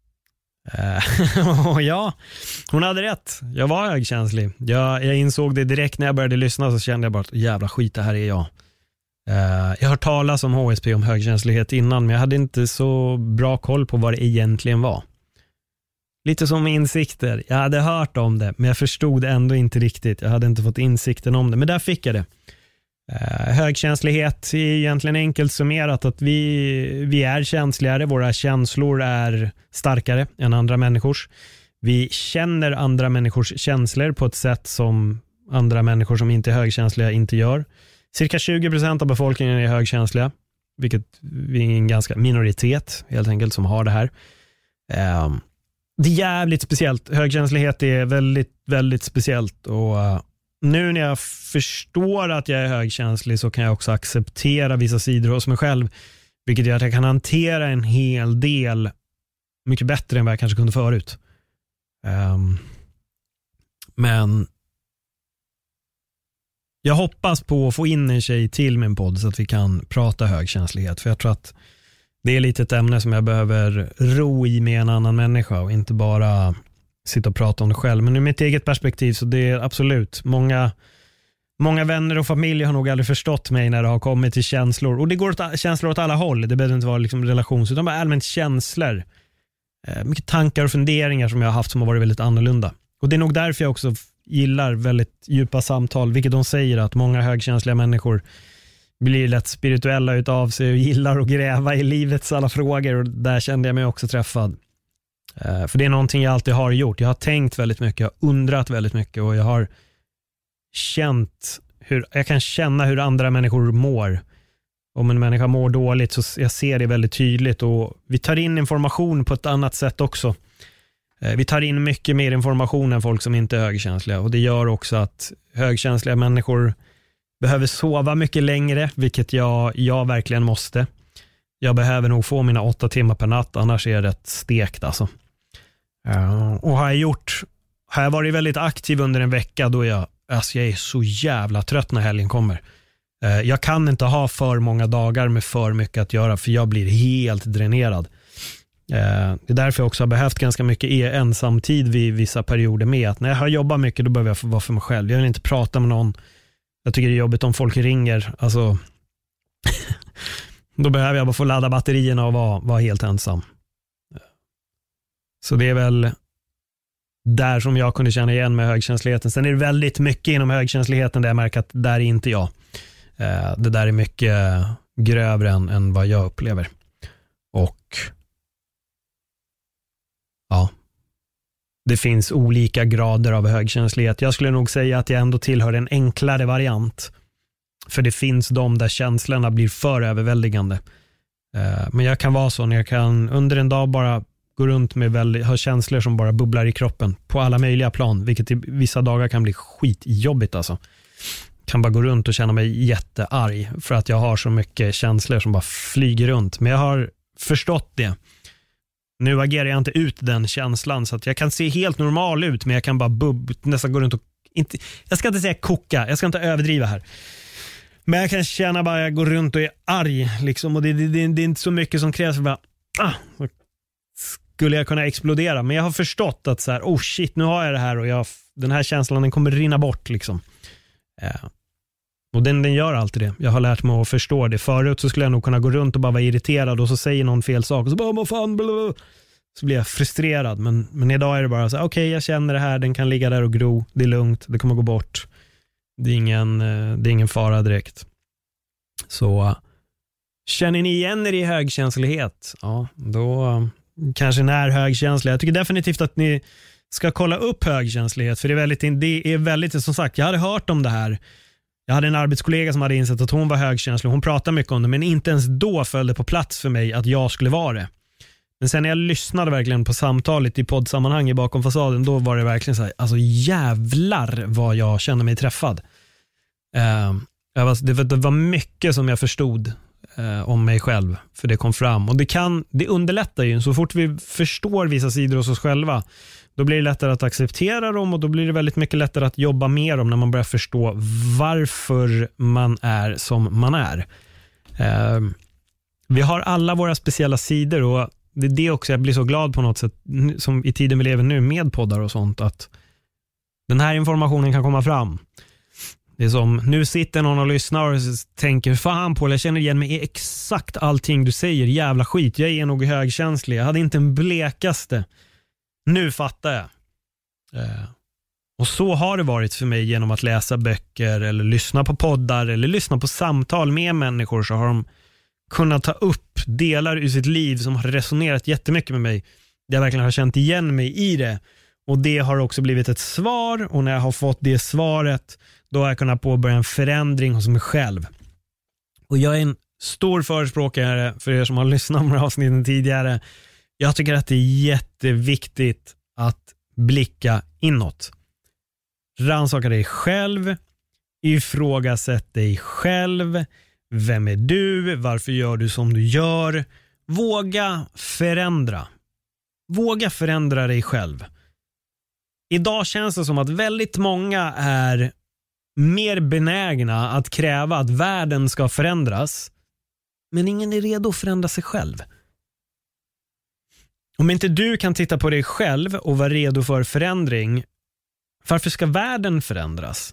Och ja, hon hade rätt. Jag var högkänslig. Jag insåg det direkt när jag började lyssna, så kände jag bara att jävla skit, det här är jag. Jag har hört talas om HSP, om högkänslighet innan, men jag hade inte så bra koll på vad det egentligen var. Lite som insikter. Jag hade hört om det, men jag förstod ändå inte riktigt. Jag hade inte fått insikten om det, men där fick jag det. Högkänslighet är egentligen enkelt summerat att vi är känsligare, våra känslor är starkare än andra människors. Vi känner andra människors känslor på ett sätt som andra människor som inte är högkänsliga inte gör. Cirka 20% av befolkningen är högkänsliga, vilket vi är en ganska minoritet helt enkelt som har det här. Det är jävligt speciellt. Högkänslighet är väldigt, väldigt speciellt, och nu när jag förstår att jag är högkänslig så kan jag också acceptera vissa sidor hos mig själv, vilket gör att jag kan hantera en hel del mycket bättre än vad jag kanske kunde förut. Men jag hoppas på att få in en tjej till min podd så att vi kan prata högkänslighet, för jag tror att det är lite ett ämne som jag behöver ro i med en annan människa och inte bara sitta och prata om det själv. Men ur mitt eget perspektiv så det är absolut många vänner och familj har nog aldrig förstått mig när det har kommit till känslor. Och det går åt känslor åt alla håll. Det behöver inte vara liksom relations, utan bara allmänt känslor. Mycket tankar och funderingar som jag har haft som har varit väldigt annorlunda. Och det är nog därför jag också gillar väldigt djupa samtal, vilket de säger att många högkänsliga människor blir lätt spirituella utav sig och gillar att gräva i livets alla frågor, och där kände jag mig också träffad. För det är någonting jag alltid har gjort. Jag har tänkt väldigt mycket, jag har undrat väldigt mycket, och jag har känt jag kan känna hur andra människor mår. Om en människa mår dåligt så jag ser det väldigt tydligt, och vi tar in information på ett annat sätt också. Vi tar in mycket mer information än folk som inte är högkänsliga, och det gör också att högkänsliga människor behöver sova mycket längre, vilket jag verkligen måste. Jag behöver nog få mina 8 timmar per natt, annars är det rätt stekt alltså. Och har jag varit väldigt aktiv under en vecka, då jag är så jävla trött när helgen kommer. Jag kan inte ha för många dagar med för mycket att göra, för jag blir helt dränerad. Det är därför jag också har behövt ganska mycket ensamtid vid vissa perioder med. Att när jag har jobbat mycket, då behöver jag vara för mig själv. Jag vill inte prata med någon. Jag tycker det är jobbigt om folk ringer. Alltså, då behöver jag bara få ladda batterierna och vara helt ensam. Så det är väl där som jag kunde känna igen med högkänsligheten. Sen är det väldigt mycket inom högkänsligheten där jag märker att där är inte jag. Det där är mycket grövre än vad jag upplever. Och ja, det finns olika grader av högkänslighet. Jag skulle nog säga att jag ändå tillhör en enklare variant. För det finns de där känslorna blir för överväldigande. Men jag kan vara så när jag kan under en dag bara gå runt med ha känslor som bara bubblar i kroppen på alla möjliga plan, vilket i vissa dagar kan bli skitjobbigt alltså. Kan bara gå runt och känna mig jättearg för att jag har så mycket känslor som bara flyger runt. Men jag har förstått det. Nu agerar jag inte ut den känslan så att jag kan se helt normal ut, men jag kan bara nästan gå runt och jag ska inte säga koka, jag ska inte överdriva här. Men jag kan känna bara att jag går runt och är arg liksom, och det är inte så mycket som krävs för bara skulle jag kunna explodera. Men jag har förstått att så här, oh shit, nu har jag det här, och den här känslan den kommer rinna bort liksom. Och den gör alltid det. Jag har lärt mig att förstå det. Förut så skulle jag nog kunna gå runt och bara vara irriterad, och så säger någon fel sak och så bara, vad fan, blablabla. så blir jag frustrerad. Men idag är det bara så här, okej, jag känner det här, den kan ligga där och gro, det är lugnt, det kommer gå bort. Det är ingen fara direkt. Så känner ni igen er i högkänslighet? Ja, då kanske ni är högkänsliga. Jag tycker definitivt att ni ska kolla upp högkänslighet, för det är väldigt, som sagt, jag hade hört om det här. Jag hade en arbetskollega som hade insett att hon var högkänslig. Hon pratade mycket om det, men inte ens då föll det på plats för mig att jag skulle vara det. Men sen när jag lyssnade verkligen på samtalet i poddsammanhang i Bakom fasaden, då var det verkligen så här, alltså jävlar vad jag kände mig träffad. Det var mycket som jag förstod om mig själv, för det kom fram. Och det underlättar ju, så fort vi förstår vissa sidor hos oss själva, då blir det lättare att acceptera dem, och då blir det väldigt mycket lättare att jobba med dem när man börjar förstå varför man är som man är. Vi har alla våra speciella sidor, och det är det också jag blir så glad på något sätt, som i tiden vi lever nu med poddar och sånt, att den här informationen kan komma fram. Det är som, nu sitter någon och lyssnar och tänker, fan Paul, jag känner igen mig i exakt allting du säger, jävla skit, jag är nog högkänslig, jag hade inte en blekaste. Nu fattar jag. Och så har det varit för mig genom att läsa böcker eller lyssna på poddar eller lyssna på samtal med människor, så har de kunnat ta upp delar ur sitt liv som har resonerat jättemycket med mig. Jag verkligen har känt igen mig i det. Och det har också blivit ett svar, och när jag har fått det svaret, då har jag kunnat påbörja en förändring hos mig själv. Och jag är en stor förespråkare för er som har lyssnat på de här avsnitten tidigare. Jag tycker att det är jätteviktigt att blicka inåt. Rannsaka dig själv, ifrågasätt dig själv. Vem är du? Varför gör du som du gör? Våga förändra. Våga förändra dig själv. Idag känns det som att väldigt många är mer benägna att kräva att världen ska förändras, men ingen är redo att förändra sig själv. Om inte du kan titta på dig själv och vara redo för förändring, varför ska världen förändras?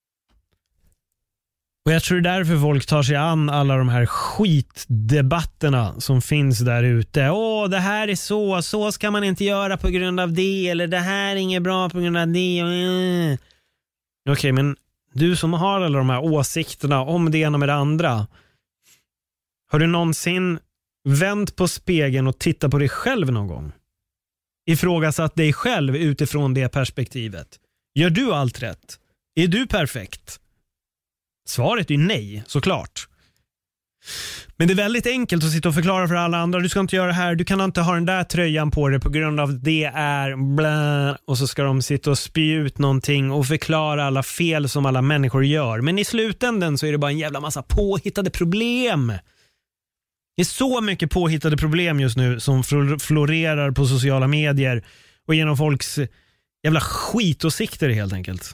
Och jag tror därför folk tar sig an alla de här skitdebatterna som finns där ute. Det här är så ska man inte göra på grund av det, eller det här är inget bra på grund av det. Okej, men du som har alla de här åsikterna om det ena med det andra, har du någonsin vänt på spegeln och tittat på dig själv någon gång? Ifrågasatt dig själv utifrån det perspektivet. Gör du allt rätt? Är du perfekt? Svaret är nej, såklart. Men det är väldigt enkelt att sitta och förklara för alla andra. Du ska inte göra det här, du kan inte ha den där tröjan på dig på grund av det är blä. Och så ska de sitta och spy ut någonting och förklara alla fel som alla människor gör. Men i slutändan så är det bara en jävla massa påhittade problem. Det är så mycket påhittade problem just nu som florerar på sociala medier och genom folks jävla skitåsikter helt enkelt.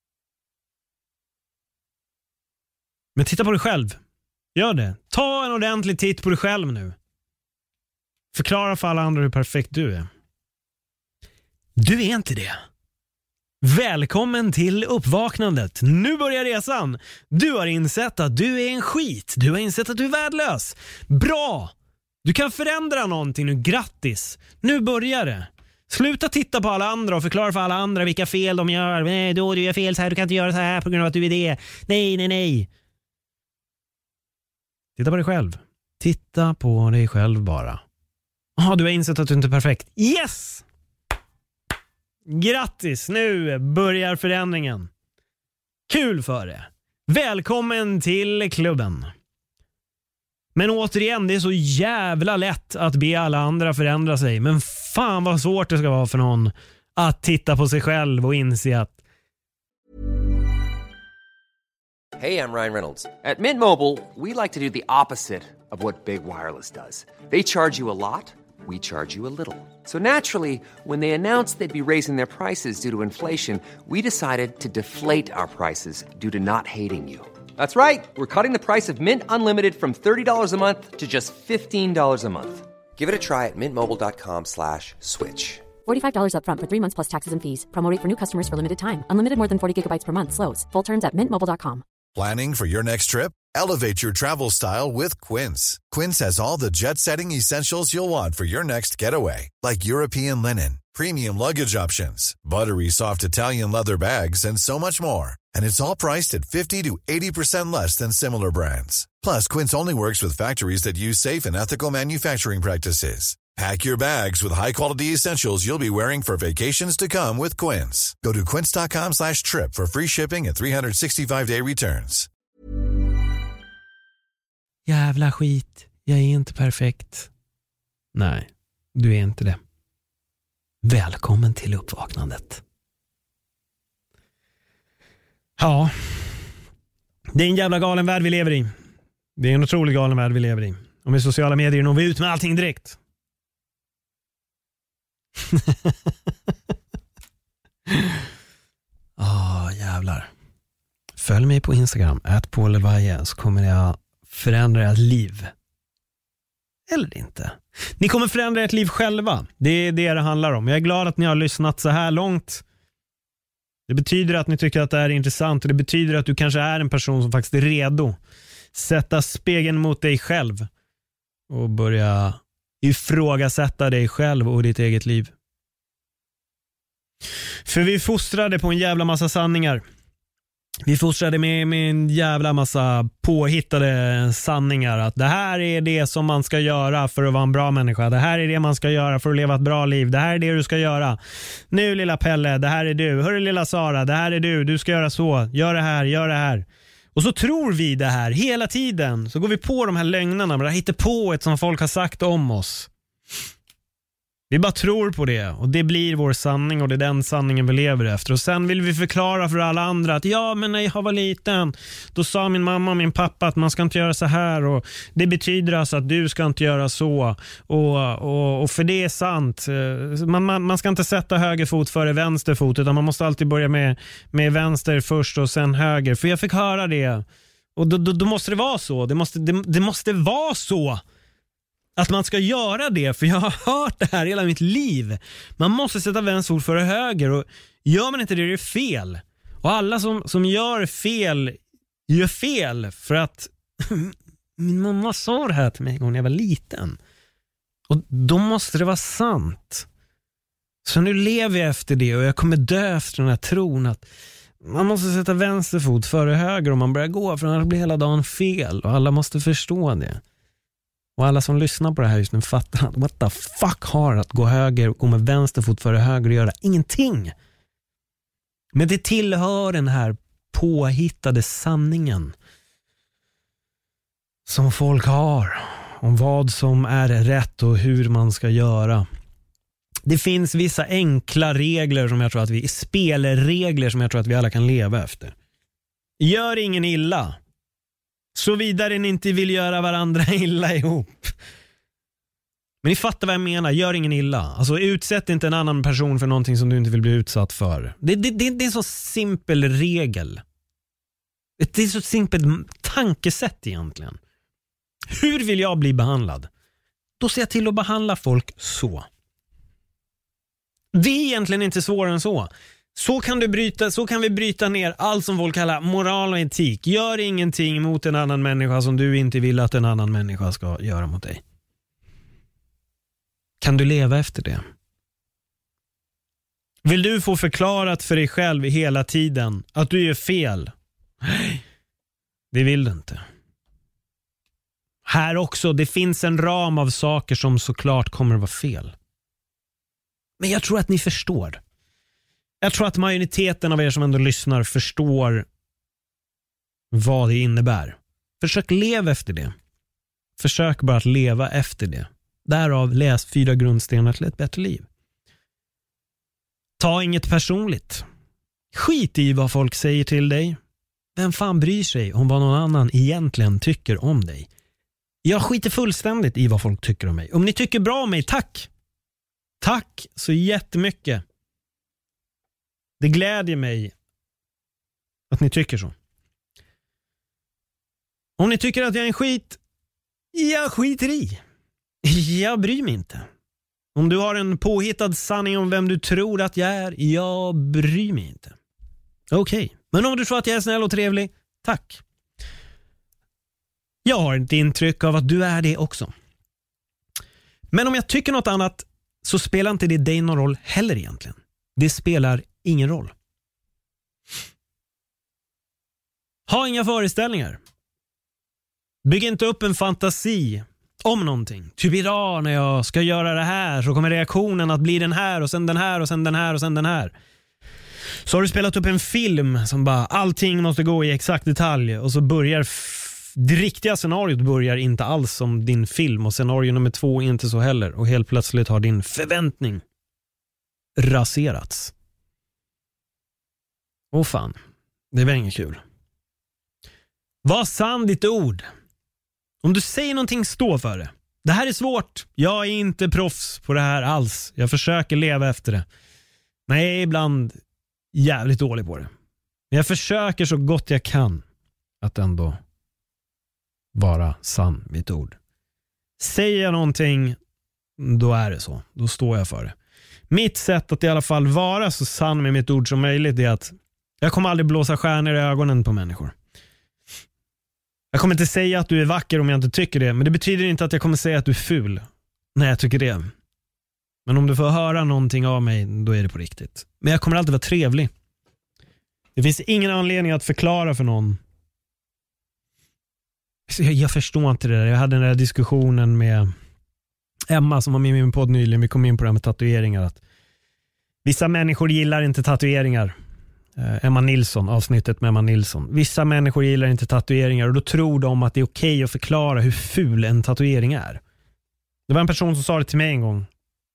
Men titta på dig själv. Gör det. Ta en ordentlig titt på dig själv nu. Förklara för alla andra hur perfekt du är. Du är inte det. Välkommen till uppvaknandet. Nu börjar resan. Du har insett att du är en skit. Du har insett att du är värdelös. Bra! Du kan förändra någonting nu. Grattis. Nu börjar det. Sluta titta på alla andra och förklara för alla andra vilka fel de gör. Nej, du gör fel så här. Du kan inte göra så här på grund av att du är det. Nej. Titta på dig själv. Titta på dig själv bara. Du har insett att du inte är perfekt. Yes! Grattis, nu börjar förändringen. Kul för det. Välkommen till klubben. Men återigen, det är så jävla lätt att be alla andra förändra sig. Men fan vad svårt det ska vara för någon att titta på sig själv och inse att Hey, I'm Ryan Reynolds. At Mint Mobile, we like to do the opposite of what Big Wireless does. They charge you a lot, we charge you a little. So naturally, when they announced they'd be raising their prices due to inflation, we decided to deflate our prices due to not hating you. That's right. We're cutting the price of Mint Unlimited from $30 a month to just $15 a month. Give it a try at mintmobile.com/switch. $45 up front for 3 months plus taxes and fees. Promo rate for new customers for limited time. Unlimited more than 40 gigabytes per month slows. Full terms at mintmobile.com. Planning for your next trip? Elevate your travel style with Quince. Quince has all the jet-setting essentials you'll want for your next getaway, like European linen, premium luggage options, buttery soft Italian leather bags, and so much more. And it's all priced at 50 to 80% less than similar brands. Plus, Quince only works with factories that use safe and ethical manufacturing practices. Pack your bags with high-quality essentials you'll be wearing for vacations to come with Quince. Go to quince.com/trip for free shipping and 365-day returns. Jävla skit, jag är inte perfekt. Nej, du är inte det. Välkommen till uppvaknandet. Ja, det är en jävla galen värld vi lever i. Det är en otroligt galen värld vi lever i. Och med sociala medier når vi ut med allting direkt. Jävlar. Följ mig på Instagram @PaulElvaje, så kommer jag förändra ert liv. Eller inte. Ni kommer förändra ert liv själva. Det är det handlar om. Jag är glad att ni har lyssnat så här långt. Det betyder att ni tycker att det här är intressant, och det betyder att du kanske är en person som faktiskt är redo. Sätta spegeln mot dig själv och börja ifrågasätta dig själv och ditt eget liv. För vi fostrade på en jävla massa sanningar. Vi fostrade med en jävla massa påhittade sanningar. Att det här är det som man ska göra för att vara en bra människa. Det här är det man ska göra för att leva ett bra liv. Det här är det du ska göra. Nu lilla Pelle, det här är du. Hörru lilla Sara, det här är du. Du ska göra så. Gör det här, gör det här. Och så tror vi det här hela tiden. Så går vi på de här lögnerna. Men det hittar på ett som folk har sagt om oss. Vi bara tror på det, och det blir vår sanning, och det är den sanningen vi lever efter. Och sen vill vi förklara för alla andra att ja, men när jag var liten då sa min mamma och min pappa att man ska inte göra så här, och det betyder alltså att du ska inte göra så, och för det är sant. Man ska inte sätta höger fot före vänster fot, utan man måste alltid börja med vänster först och sen höger, för jag fick höra det. Och då måste det vara så. Det måste vara så att man ska göra det, för jag har hört det här hela mitt liv. Man måste sätta vänster fot före höger, och gör man inte det, det är fel. Och alla som gör fel för att min mamma sa det här till mig när jag var liten. Och då måste det vara sant. Så nu lever jag efter det, och jag kommer dö efter den här tron att man måste sätta vänster fot före höger om man börjar gå, för annars blir hela dagen fel, och alla måste förstå det. Och alla som lyssnar på det här just nu fattar att what the fuck har att gå höger och gå med vänster fot före höger och göra ingenting. Men det tillhör den här påhittade sanningen som folk har om vad som är rätt och hur man ska göra. Det finns vissa enkla regler som jag tror att spelregler som jag tror att vi alla kan leva efter. Gör ingen illa. Så vidare ni inte vill göra varandra illa ihop. Men ni fattar vad jag menar. Gör ingen illa. Alltså utsätt inte en annan person för någonting som du inte vill bli utsatt för. Det är en så simpel regel. Det är så simpelt tankesätt egentligen. Hur vill jag bli behandlad? Då ser jag till att behandla folk så. Det är egentligen inte svårare än så. Så kan vi bryta ner allt som folk kallar moral och etik. Gör ingenting mot en annan människa som du inte vill att en annan människa ska göra mot dig. Kan du leva efter det? Vill du få förklarat för dig själv hela tiden att du gör fel? Nej, det vill du inte. Här också, det finns en ram av saker som såklart kommer att vara fel. Men jag tror att ni förstår. Jag tror att majoriteten av er som ändå lyssnar förstår vad det innebär. Försök leva efter det. Försök bara att leva efter det. Därav läs 4 grundstenar till ett bättre liv. Ta inget personligt. Skit i vad folk säger till dig. Vem fan bryr sig om vad någon annan egentligen tycker om dig? Jag skiter fullständigt i vad folk tycker om mig. Om ni tycker bra om mig, tack. Tack så jättemycket. Det glädjer mig att ni tycker så. Om ni tycker att jag är en skit, jag skiter i. Jag bryr mig inte. Om du har en påhittad sanning om vem du tror att jag är, jag bryr mig inte. Okej. Men om du tror att jag är snäll och trevlig, tack. Jag har ett intryck av att du är det också. Men om jag tycker något annat så spelar inte det dig någon roll heller egentligen. Det spelar ingen roll. Ha inga föreställningar. Bygg inte upp en fantasi om någonting. Typ idag när jag ska göra det här så kommer reaktionen att bli den här och sen den här och sen den här och sen den här. Så har du spelat upp en film som bara allting måste gå i exakt detalj och så börjar det riktiga scenariot börjar inte alls som din film och scenario nummer 2 inte så heller och helt plötsligt har din förväntning raserats. Åh fan, det var inget kul. Var sann ditt ord. Om du säger någonting, stå för det. Det här är svårt. Jag är inte proffs på det här alls. Jag försöker leva efter det. Men jag är ibland jävligt dålig på det. Men jag försöker så gott jag kan att ändå vara sann mitt ord. Säger jag någonting, då är det så. Då står jag för det. Mitt sätt att i alla fall vara så sann med mitt ord som möjligt är att jag kommer aldrig blåsa stjärnor i ögonen på människor. Jag kommer inte säga att du är vacker om jag inte tycker det, men det betyder inte att jag kommer säga att du är ful när jag tycker det. Men om du får höra någonting av mig, då är det på riktigt. Men jag kommer alltid vara trevlig. Det finns ingen anledning att förklara för någon. Jag förstår inte det där. Jag hade den där diskussionen med Emma som var med i min podd nyligen. Vi kom in på det här med tatueringar. Att vissa människor gillar inte tatueringar. Emma Nilsson, avsnittet med Emma Nilsson. Vissa människor gillar inte tatueringar och då tror de att det är okej att förklara hur ful en tatuering är. Det var en person som sa det till mig en gång.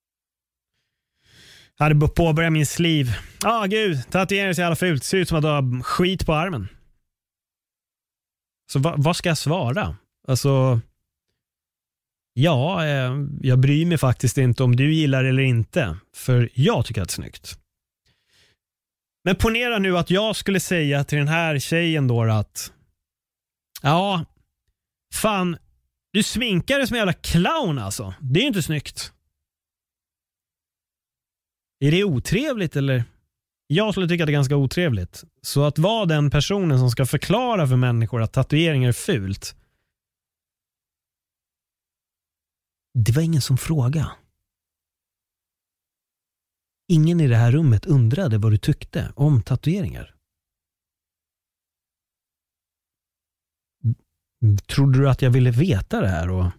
Jag hade påbörjat min sliv. Gud, tatuering är så jävla fult. Det ser ut som att du har skit på armen. Så vad ska jag svara? Alltså, jag bryr mig faktiskt inte om du gillar eller inte. För jag tycker att det är snyggt. Men ponera nu att jag skulle säga till den här tjejen då att fan, du sminkar dig som en jävla clown alltså. Det är ju inte snyggt. Är det otrevligt eller? Jag skulle tycka att det är ganska otrevligt. Så att vara den personen som ska förklara för människor att tatueringar är fult. Det var ingen som frågade. Ingen i det här rummet undrade vad du tyckte om tatueringar. Trodde du att jag ville veta det här? Och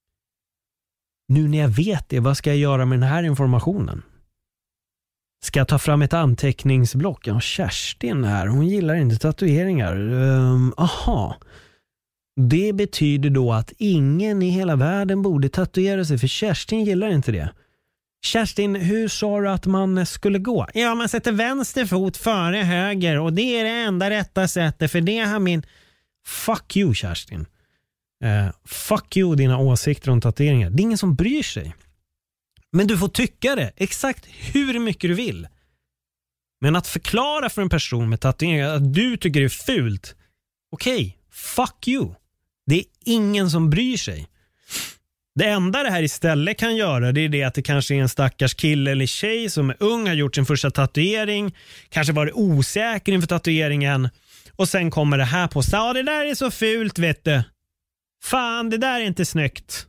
nu när jag vet det, vad ska jag göra med den här informationen? Ska jag ta fram ett anteckningsblock? Ja, Kerstin här, hon gillar inte tatueringar. Aha. Det betyder då att ingen i hela världen borde tatuera sig, för Kerstin gillar inte det. Kerstin, hur sa du att man skulle gå? Ja, man sätter vänster fot före höger och det är det enda rätta sättet, för det har min... Fuck you, Kerstin. Fuck you, dina åsikter om tatueringar. Det är ingen som bryr sig. Men du får tycka det exakt hur mycket du vill. Men att förklara för en person med tatueringar att du tycker det är fult, okej, fuck you. Det är ingen som bryr sig. Det enda det här istället kan göra, det är det att det kanske är en stackars kille eller tjej som är ung, har gjort sin första tatuering, kanske varit osäker inför tatueringen och sen kommer det här på sig. Ja, det där är så fult, vet du. Fan, det där är inte snyggt.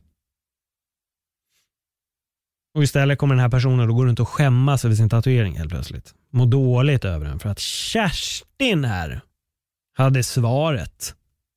Och istället kommer den här personen och går runt och skämmas över sin tatuering helt plötsligt. Må dåligt över den för att Kerstin här hade svaret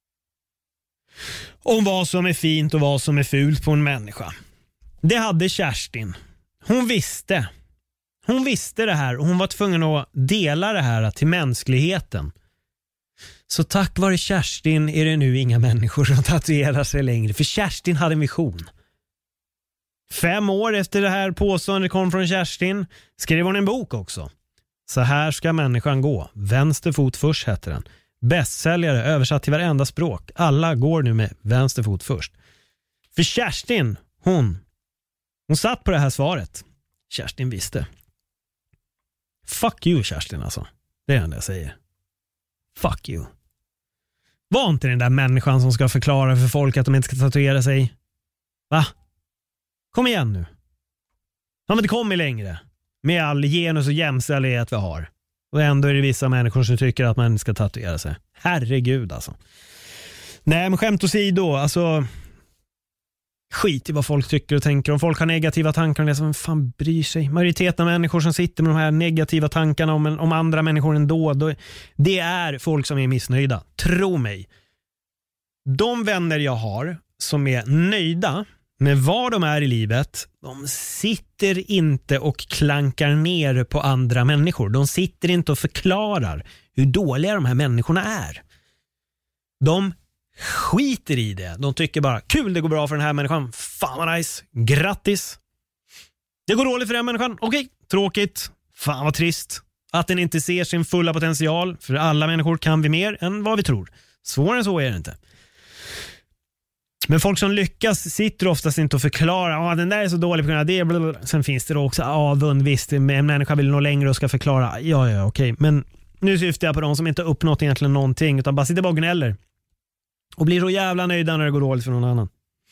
om vad som är fint och vad som är fult på en människa. Det hade Kerstin. Hon visste. Hon visste det här och hon var tvungen att dela det här till mänskligheten. Så tack vare Kerstin är det nu inga människor som tatuerar sig längre. För Kerstin hade en vision. 5 år efter det här påståendet kom från Kerstin skrev hon en bok också. Så här ska människan gå. Vänster fot först heter den. Bästsäljare, översatt till varenda språk. Alla går nu med vänster fot först. För Kerstin, hon satt på det här svaret. Kerstin visste. Fuck you, Kerstin alltså. Det är det enda jag säger. Fuck you. Var inte den där människan som ska förklara för folk att de inte ska tatuera sig. Va? Kom igen nu. Har man inte kommit längre med all genus och jämställdhet vi har. Och ändå är det vissa människor som tycker att man ska tatuera sig. Herregud alltså. Nej, men skämt åsido, alltså skit i vad folk tycker och tänker. Om folk har negativa tankar, det som fan bryr sig. Majoriteten av människor som sitter med de här negativa tankarna om andra människor ändå, det är folk som är missnöjda. Tro mig. De vänner jag har som är nöjda med vad de är i livet, de sitter inte och klankar ner på andra människor. De sitter inte och förklarar hur dåliga de här människorna är. De skiter i det. De tycker bara, kul, det går bra för den här människan. Fan vad nice, grattis. Det går dåligt för den människan. Okej, tråkigt. Fan vad trist att den inte ser sin fulla potential. För alla människor kan vi mer än vad vi tror. Svårare än så är det inte. Men folk som lyckas sitter oftast inte och förklarar den där är så dålig på grund av det. Blablabla. Sen finns det då också avund, visst, en människa vill nå längre och ska förklara. Ja, okej. Men nu syftar jag på de som inte uppnått egentligen någonting utan bara sitter bara och gnäller. Och blir så jävla nöjda när det går dåligt för någon annan.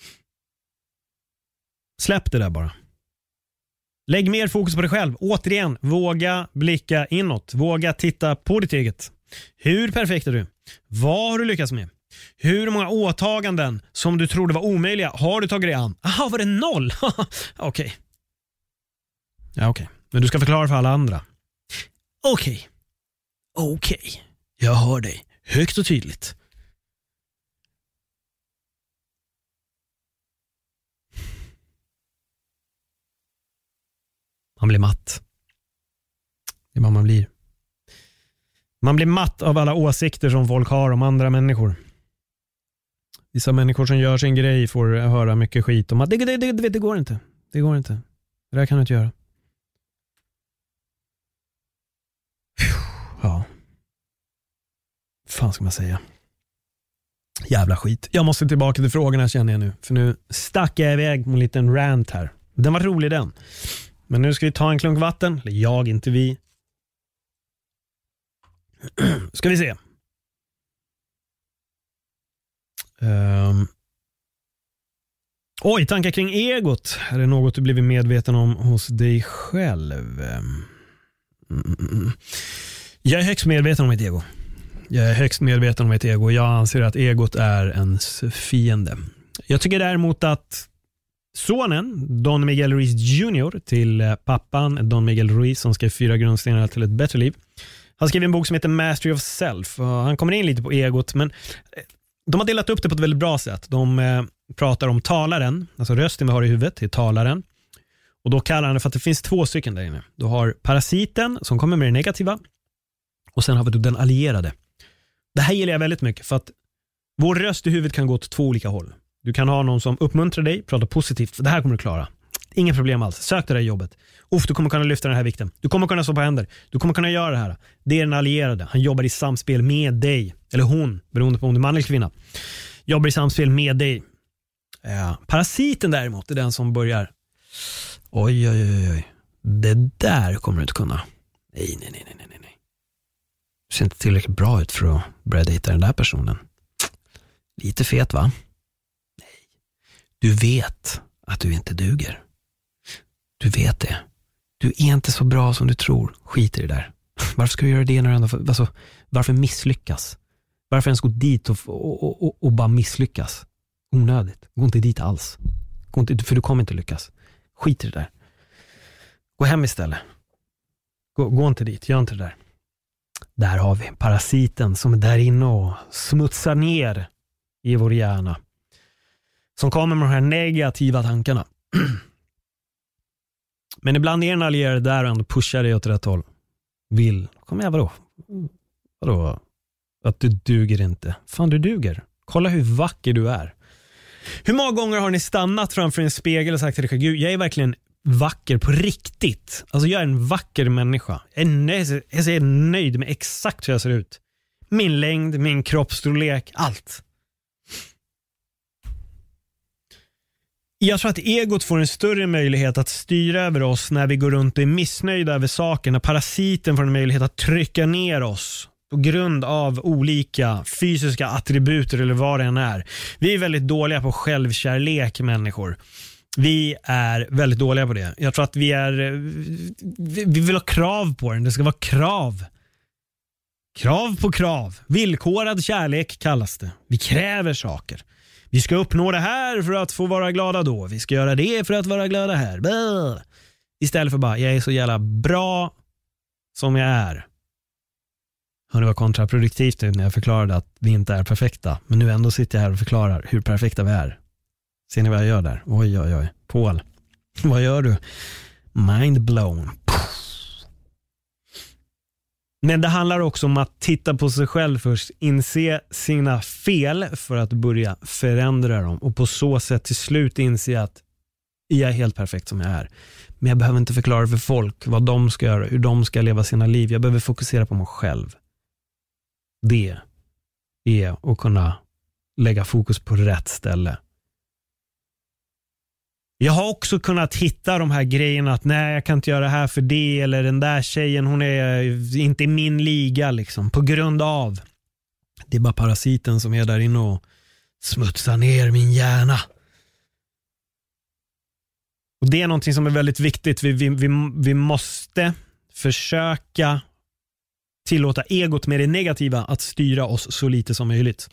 Släpp det där bara. Lägg mer fokus på dig själv. Återigen, våga blicka inåt. Våga titta på ditt eget. Hur perfekt är du? Vad har du lyckats med? Hur många åtaganden som du trodde var omöjliga har du tagit dig an? Aha, var det 0? Okej. Ja, okej. Men du ska förklara för alla andra. Okej. Jag hör dig. Högt och tydligt. Man blir matt. Det är vad man blir. Man blir matt av alla åsikter som folk har om andra människor. Vissa människor som gör sin grej får höra mycket skit om att det går inte. Det går inte. Det där kan du inte göra. Ja. Fan ska man säga? Jävla skit. Jag måste tillbaka till frågorna känner jag nu. För nu stack jag iväg på en liten rant här. Den var rolig den. Men nu ska vi ta en klunk vatten. Eller jag, inte vi. Ska vi se. Tankar kring egot. Är det något du blivit medveten om hos dig själv? Jag är högst medveten om mitt ego. Jag anser att egot är ens fiende. Jag tycker däremot att sonen, Don Miguel Ruiz Jr. till pappan Don Miguel Ruiz som skrev 4 grundstenar till ett bättre liv. Han skrev en bok som heter Mastery of Self. Han kommer in lite på egot, men de har delat upp det på ett väldigt bra sätt. De pratar om talaren, alltså rösten vi har i huvudet till talaren. Och då kallar han det för att det finns 2 stycken där inne. Du har parasiten som kommer med det negativa. Och sen har vi den allierade. Det här gillar jag väldigt mycket för att vår röst i huvudet kan gå åt 2 olika håll. Du kan ha någon som uppmuntrar dig, pratar positivt. För det här kommer du klara. Inga problem alls. Sök det där jobbet. Du kommer kunna lyfta den här vikten. Du kommer kunna stå på händer. Du kommer kunna göra det här. Det är den allierade. Han jobbar i samspel med dig. Eller hon, beroende på om du är man eller kvinna. Jobbar i samspel med dig. Parasiten däremot är den som börjar. Oj. Det där kommer du inte kunna. Nej. Du ser inte tillräckligt bra ut för att börja dejta den där personen. Lite fet, va? Nej. Du vet att du inte duger. Du vet det. Du är inte så bra som du tror. Skit i det där. Varför ska du göra det när du ändå... Alltså, varför misslyckas? Varför ens gå dit och bara misslyckas? Onödigt. Gå inte dit alls. Gå inte, för du kommer inte lyckas. Skit i det där. Gå hem istället. Gå inte dit. Gör inte det där. Där har vi parasiten som är där inne och smutsar ner i vår hjärna. Som kommer med de här negativa tankarna. Men ibland är en allierad där och ändå pushar dig åt rätt håll. Kom igen, vadå? Att du duger inte. Fan, du duger. Kolla hur vacker du är. Hur många gånger har ni stannat framför en spegel och sagt till dig, Gud, jag är verkligen vacker på riktigt. Alltså jag är en vacker människa. Jag är nöjd med exakt hur jag ser ut. Min längd, min kroppsstorlek, allt. Jag tror att egot får en större möjlighet att styra över oss när vi går runt och är missnöjda över saker. När parasiten får en möjlighet att trycka ner oss på grund av olika fysiska attributer eller vad det än är. Vi är väldigt dåliga på självkärlek, människor. Vi är väldigt dåliga på det. Jag tror att vi vill ha krav på den. Det ska vara krav. Krav på krav. Villkorad kärlek kallas det. Vi kräver saker. Vi ska uppnå det här för att få vara glada då. Vi ska göra det för att vara glada här. Bäh. Istället för bara, jag är så jävla bra som jag är. Det var kontraproduktivt när jag förklarade att vi inte är perfekta. Men nu ändå sitter jag här och förklarar hur perfekta vi är. Ser ni vad jag gör där? Oj. Paul, vad gör du? Mind blown. Men det handlar också om att titta på sig själv först. Inse sina fel för att börja förändra dem. Och på så sätt till slut inse att jag är helt perfekt som jag är. Men jag behöver inte förklara för folk vad de ska göra, hur de ska leva sina liv. Jag behöver fokusera på mig själv. Det är att kunna lägga fokus på rätt ställe. Jag har också kunnat hitta de här grejerna att nej, jag kan inte göra det här för det, eller den där tjejen, hon är inte i min liga liksom, på grund av det är bara parasiten som är där inne och smutsar ner min hjärna. Och det är någonting som är väldigt viktigt. Vi måste försöka tillåta egot med det negativa att styra oss så lite som möjligt.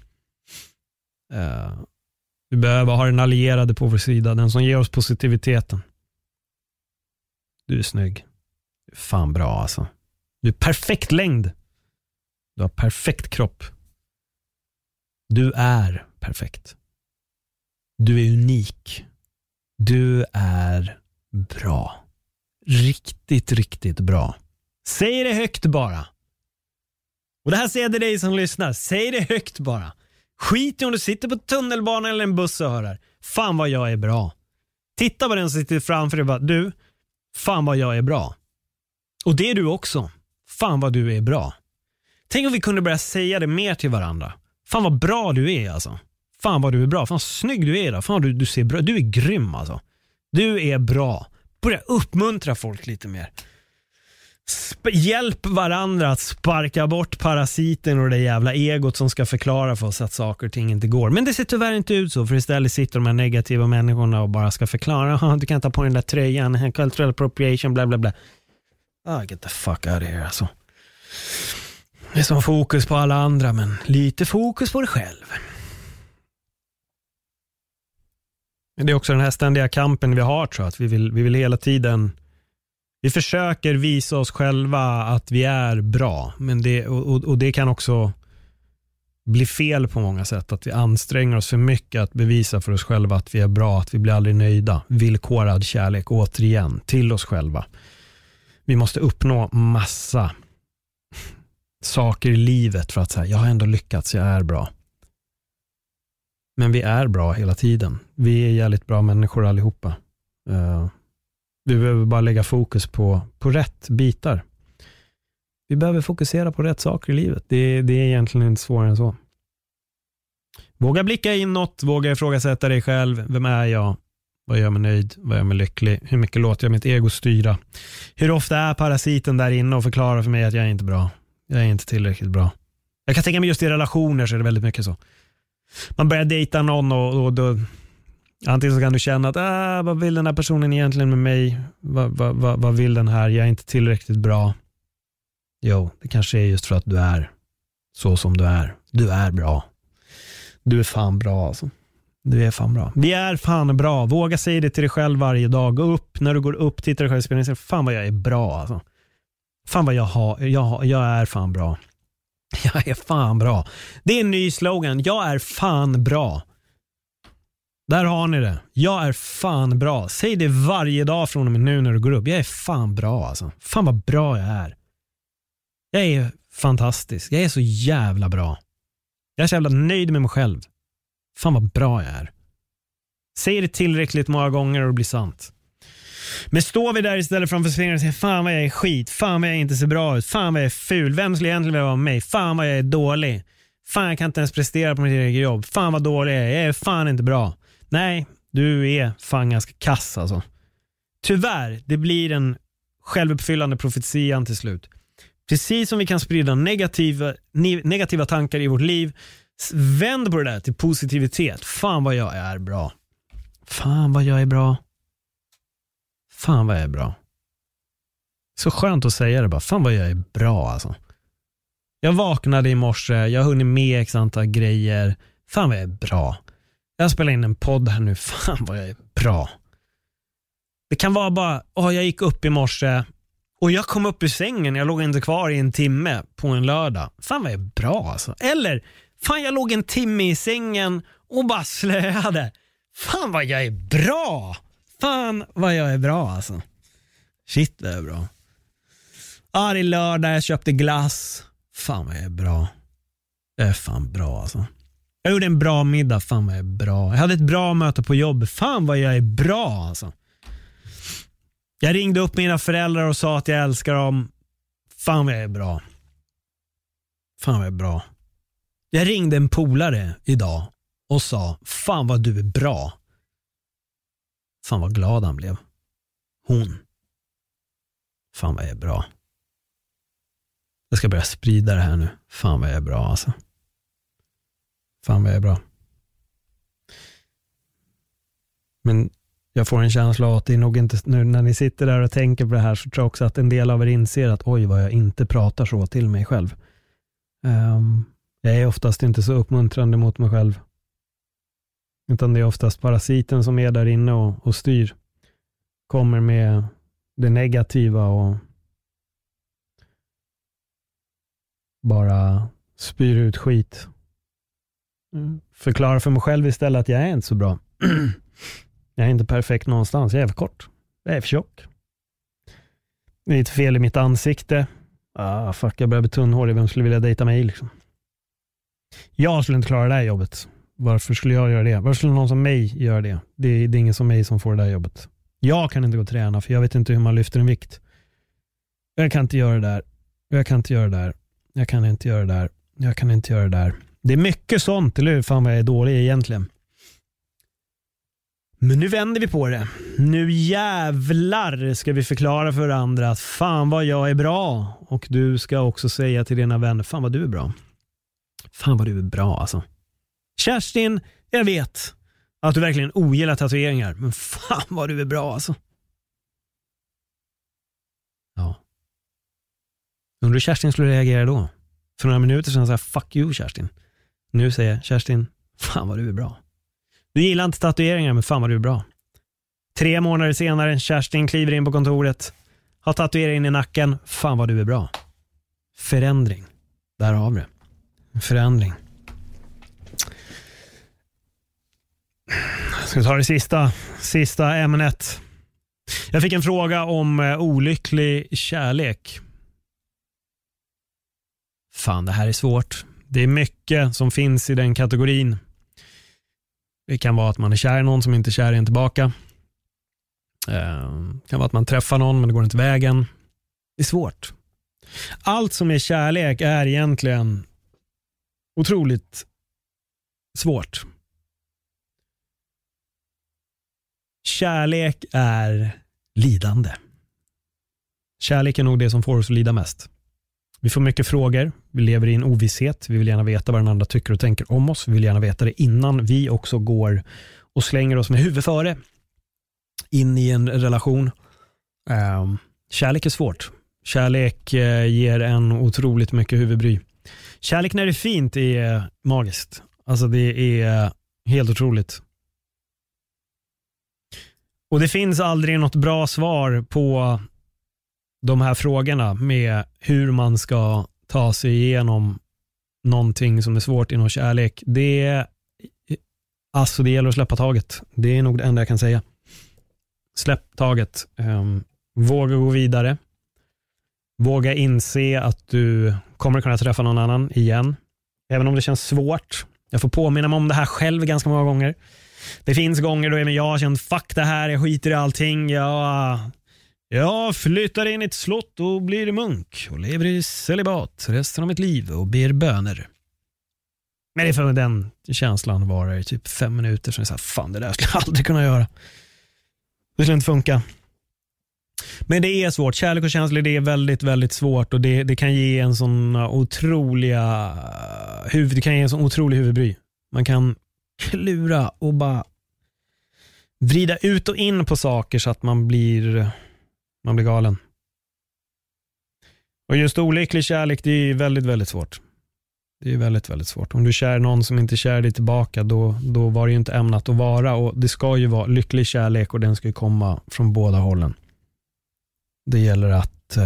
Vi behöver ha en allierade på vår sida, den som ger oss positiviteten. Du är snygg. Du är fan bra alltså. Du är perfekt längd. Du har perfekt kropp. Du är perfekt. Du är unik. Du är bra. Riktigt, riktigt bra. Säg det högt bara. Och det här säger det dig som lyssnar. Säg det högt bara. Skit i om du sitter på tunnelbanan eller en buss och hör. Fan vad jag är bra. Titta på den som sitter framför dig och bara, du, fan vad jag är bra. Och det är du också. Fan vad du är bra. Tänk om vi kunde börja säga det mer till varandra. Fan vad bra du är alltså. Fan vad du är bra. Fan vad snygg du är då. Fan du ser bra. Du är grym alltså. Du är bra. Börja uppmuntra folk lite mer. Hjälp varandra att sparka bort parasiten och det jävla egot som ska förklara för oss att saker och ting inte går. Men det ser tyvärr inte ut så, för istället sitter de här negativa människorna och bara ska förklara, du kan ta på den där tröjan, cultural appropriation, bla bla bla. Get the fuck out of here alltså. Det är som fokus på alla andra, men lite fokus på dig själv. Men det är också den här ständiga kampen vi har, tror jag, att vi vill hela tiden. Vi försöker visa oss själva att vi är bra, men det kan också bli fel på många sätt, att vi anstränger oss för mycket att bevisa för oss själva att vi är bra, att vi blir aldrig nöjda. Villkorad kärlek återigen till oss själva. Vi måste uppnå massa saker i livet för att säga, jag har ändå lyckats, jag är bra. Men vi är bra hela tiden. Vi är jävligt bra människor allihopa. Vi behöver bara lägga fokus på rätt bitar. Vi behöver fokusera på rätt saker i livet. Det är egentligen inte svårare än så. Våga blicka inåt, våga ifrågasätta dig själv. Vem är jag? Vad gör mig nöjd? Vad gör mig lycklig? Hur mycket låter jag mitt ego styra? Hur ofta är parasiten där inne och förklarar för mig att jag är inte bra? Jag är inte tillräckligt bra. Jag kan tänka mig just i relationer så är det väldigt mycket så. Man börjar dejta någon och då antingen så kan du känna att vad vill den här personen egentligen med mig? Vad vill den här? Jag är inte tillräckligt bra. Jo, det kanske är just för att du är så som du är. Du är bra. Du är fan bra alltså. Du är fan bra. Vi är fan bra. Våga säga det till dig själv varje dag. Gå upp, när du går upp, titta dig själv i spegeln och säg, fan vad jag är bra alltså. Fan vad jag är fan bra. Jag är fan bra. Det är en ny slogan. Jag är fan bra. Där har ni det. Jag är fan bra. Säg det varje dag från och med nu när du går upp. Jag är fan bra alltså. Fan vad bra jag är. Jag är fantastisk. Jag är så jävla bra. Jag är så jävla nöjd med mig själv. Fan vad bra jag är. Säg det tillräckligt många gånger och det blir sant. Men står vi där istället framför spegeln och säger, fan vad jag är skit. Fan vad jag inte ser bra ut. Fan vad jag är ful. Vem skulle egentligen vilja vara med mig? Fan vad jag är dålig. Fan jag kan inte ens prestera på mitt eget jobb. Fan vad dålig jag är. Jag är fan inte bra. Nej, du är fan ganska kass alltså. Tyvärr, det blir en självuppfyllande profetian till slut. Precis som vi kan sprida negativa tankar i vårt liv, vänd på det där till positivitet. Fan vad jag är bra. Fan vad jag är bra. Fan vad jag är bra. Så skönt att säga det bara. Fan vad jag är bra alltså. Jag vaknade i morse, jag har hunnit med x antal grejer. Fan vad jag är bra. Jag spelar in en podd här nu, fan vad jag är bra. Det kan vara bara, jag gick upp i morse och jag kom upp ur sängen, jag låg inte kvar i en timme på en lördag. Fan vad jag är bra alltså. Eller, fan jag låg en timme i sängen och bara slöade. Fan vad jag är bra. Fan vad jag är bra alltså. Shit vad jag är bra. Det är lördag, jag köpte glass. Fan vad jag är bra. Jag är fan bra alltså. Jag gjorde en bra middag, fan vad jag är bra. Jag hade ett bra möte på jobb, fan vad jag är bra alltså. Jag ringde upp mina föräldrar och sa att jag älskar dem. Fan vad jag är bra. Fan vad jag är bra. Jag ringde en polare idag och sa, fan vad du är bra. Fan vad glad han blev. Hon. Fan vad jag är bra. Jag ska börja sprida det här nu. Fan vad jag är bra alltså. Fan vad jag är bra. Men jag får en känsla av att det är nog inte, nu när ni sitter där och tänker på det här, så tror jag också att en del av er inser att oj vad jag inte pratar så till mig själv. Jag är oftast inte så uppmuntrande mot mig själv. Utan det är oftast parasiten som är där inne och styr. Kommer med det negativa och bara spyr ut skit. Förklara för mig själv istället att jag är inte så bra. Jag är inte perfekt någonstans. Jag är för kort. Jag är för tjock. Det är ett fel i mitt ansikte. Jag börjar bli tunnhårig. Vem skulle vilja dejta mig liksom? Jag skulle inte klara det här jobbet. Varför skulle jag göra det? Varför skulle någon som mig göra det? Det är ingen som mig som får det här jobbet. Jag kan inte gå och träna för jag vet inte hur man lyfter en vikt. Jag kan inte göra det där. Jag kan inte göra det där. Jag kan inte göra det där. Jag kan inte göra det där. Det är mycket sånt, eller hur? Fan vad jag är dålig egentligen. Men nu vänder vi på det. Nu jävlar ska vi förklara för andra att fan vad jag är bra. Och du ska också säga till dina vänner, fan vad du är bra. Fan vad du är bra alltså. Kerstin, jag vet att du verkligen ogillar tatueringar. Men fan vad du är bra alltså. Ja. Undrar hur Kerstin skulle reagera då. För några minuter sedan sa jag, fuck you Kerstin. Nu säger jag, Kerstin, fan vad du är bra. Du gillar inte tatueringar, men fan vad du är bra. 3 månader senare, Kerstin kliver in på kontoret. Har tatueringen i nacken. Fan vad du är bra. Förändring. Där har vi det. Förändring. Jag ska ta det sista ämnet. Jag fick en fråga om olycklig kärlek. Fan, det här är svårt. Det är mycket som finns i den kategorin. Det kan vara att man är kär i någon som inte är kär i en tillbaka. Det kan vara att man träffar någon men det går inte vägen. Det är svårt. Allt som är kärlek är egentligen otroligt svårt. Kärlek är lidande. Kärlek är nog det som får oss att lida mest. Vi får mycket frågor, vi lever i en ovisshet, vi vill gärna veta vad den andra tycker och tänker om oss, vi vill gärna veta det innan vi också går och slänger oss med huvudet före in i en relation. Kärlek är svårt. Kärlek ger en otroligt mycket huvudbry. Kärlek när det är fint är magiskt. Alltså det är helt otroligt. Och det finns aldrig något bra svar på de här frågorna med hur man ska ta sig igenom någonting som är svårt inom kärlek. Det gäller att släppa taget. Det är nog det enda jag kan säga. Släpp taget. Våga gå vidare. Våga inse att du kommer kunna träffa någon annan igen. Även om det känns svårt. Jag får påminna mig om det här själv ganska många gånger. Det finns gånger då jag har känt fuck det här, jag skiter i allting. Jag flyttar in i ett slott och blir munk och lever i celibat resten av mitt liv och ber böner. Men det är för den känslan var i typ 5 minuter så jag sa, fan det där skulle jag aldrig kunna göra. Det skulle inte funka. Men det är svårt. Kärlek och känslor, det är väldigt, väldigt svårt och det kan ge en sån otrolig huvudbry. Man kan klura och bara vrida ut och in på saker så att man blir galen. Och just olycklig kärlek, det är väldigt, väldigt svårt. Det är väldigt, väldigt svårt. Om du kär någon som inte kär dig tillbaka, då var det ju inte ämnat att vara. Och det ska ju vara lycklig kärlek och den ska ju komma från båda hållen. Det gäller att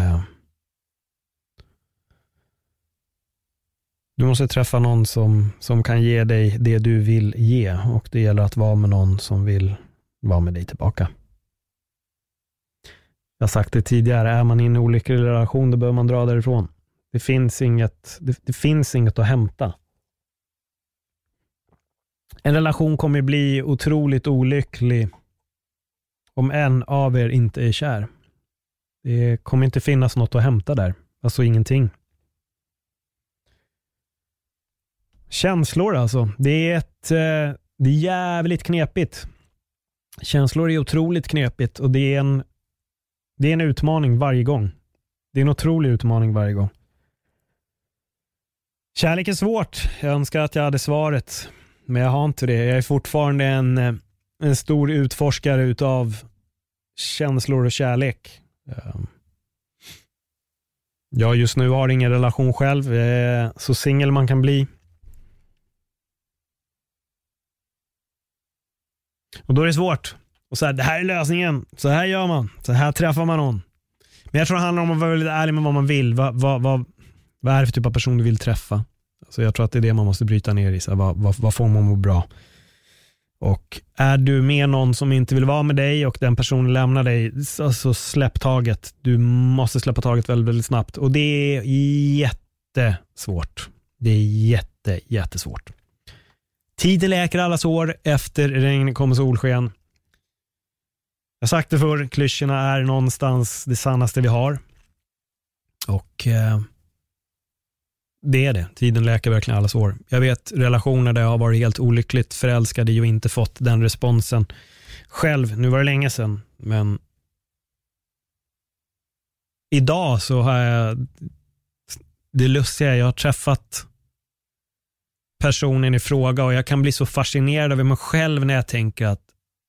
du måste träffa någon som kan ge dig det du vill ge. Och det gäller att vara med någon som vill vara med dig tillbaka. Jag har sagt det tidigare, är man i en olycklig relation, då behöver man dra därifrån. Det finns inget att hämta. En relation kommer bli otroligt olycklig om en av er inte är kär. Det kommer inte finnas något att hämta där. Alltså ingenting. Känslor alltså. Det är jävligt knepigt. Känslor är otroligt knepigt och det är en utmaning varje gång. Det är en otrolig utmaning varje gång. Kärlek är svårt. Jag önskar att jag hade svaret. Men jag har inte det. Jag är fortfarande en stor utforskare utav känslor och kärlek. Jag just nu har ingen relation själv. Jag är så singel man kan bli. Och då är det svårt. Och så här, det här är lösningen. Så här gör man. Så här träffar man någon. Men jag tror det handlar om att vara väldigt ärlig med vad man vill. Vad är det för typ av person du vill träffa? Så jag tror att det är det man måste bryta ner i. Så här, vad får man må bra? Och är du med någon som inte vill vara med dig och den personen lämnar dig, så släpp taget. Du måste släppa taget väldigt, väldigt snabbt. Och det är jättesvårt. Det är jättesvårt. Tiden läker alla sår. Efter regn kommer solsken. Jag har sagt det förr, klyschorna är någonstans det sannaste vi har. Och det är det. Tiden läker verkligen alla sår. Jag vet relationer där jag har varit helt olyckligt förälskad i och inte fått den responsen själv. Nu var det länge sedan, men idag så har jag det lustiga, jag har träffat personen i fråga och jag kan bli så fascinerad över mig själv när jag tänker att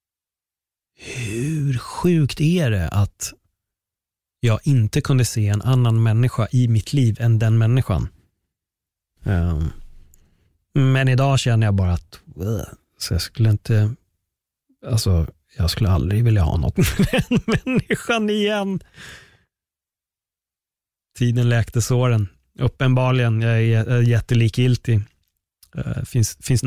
hur sjukt är det att jag inte kunde se en annan människa i mitt liv än den människan. Men idag känner jag bara att så jag skulle inte, alltså jag skulle aldrig vilja ha något med den människan igen. Tiden läkte såren. Uppenbarligen, jag är jättelikgiltig. Finns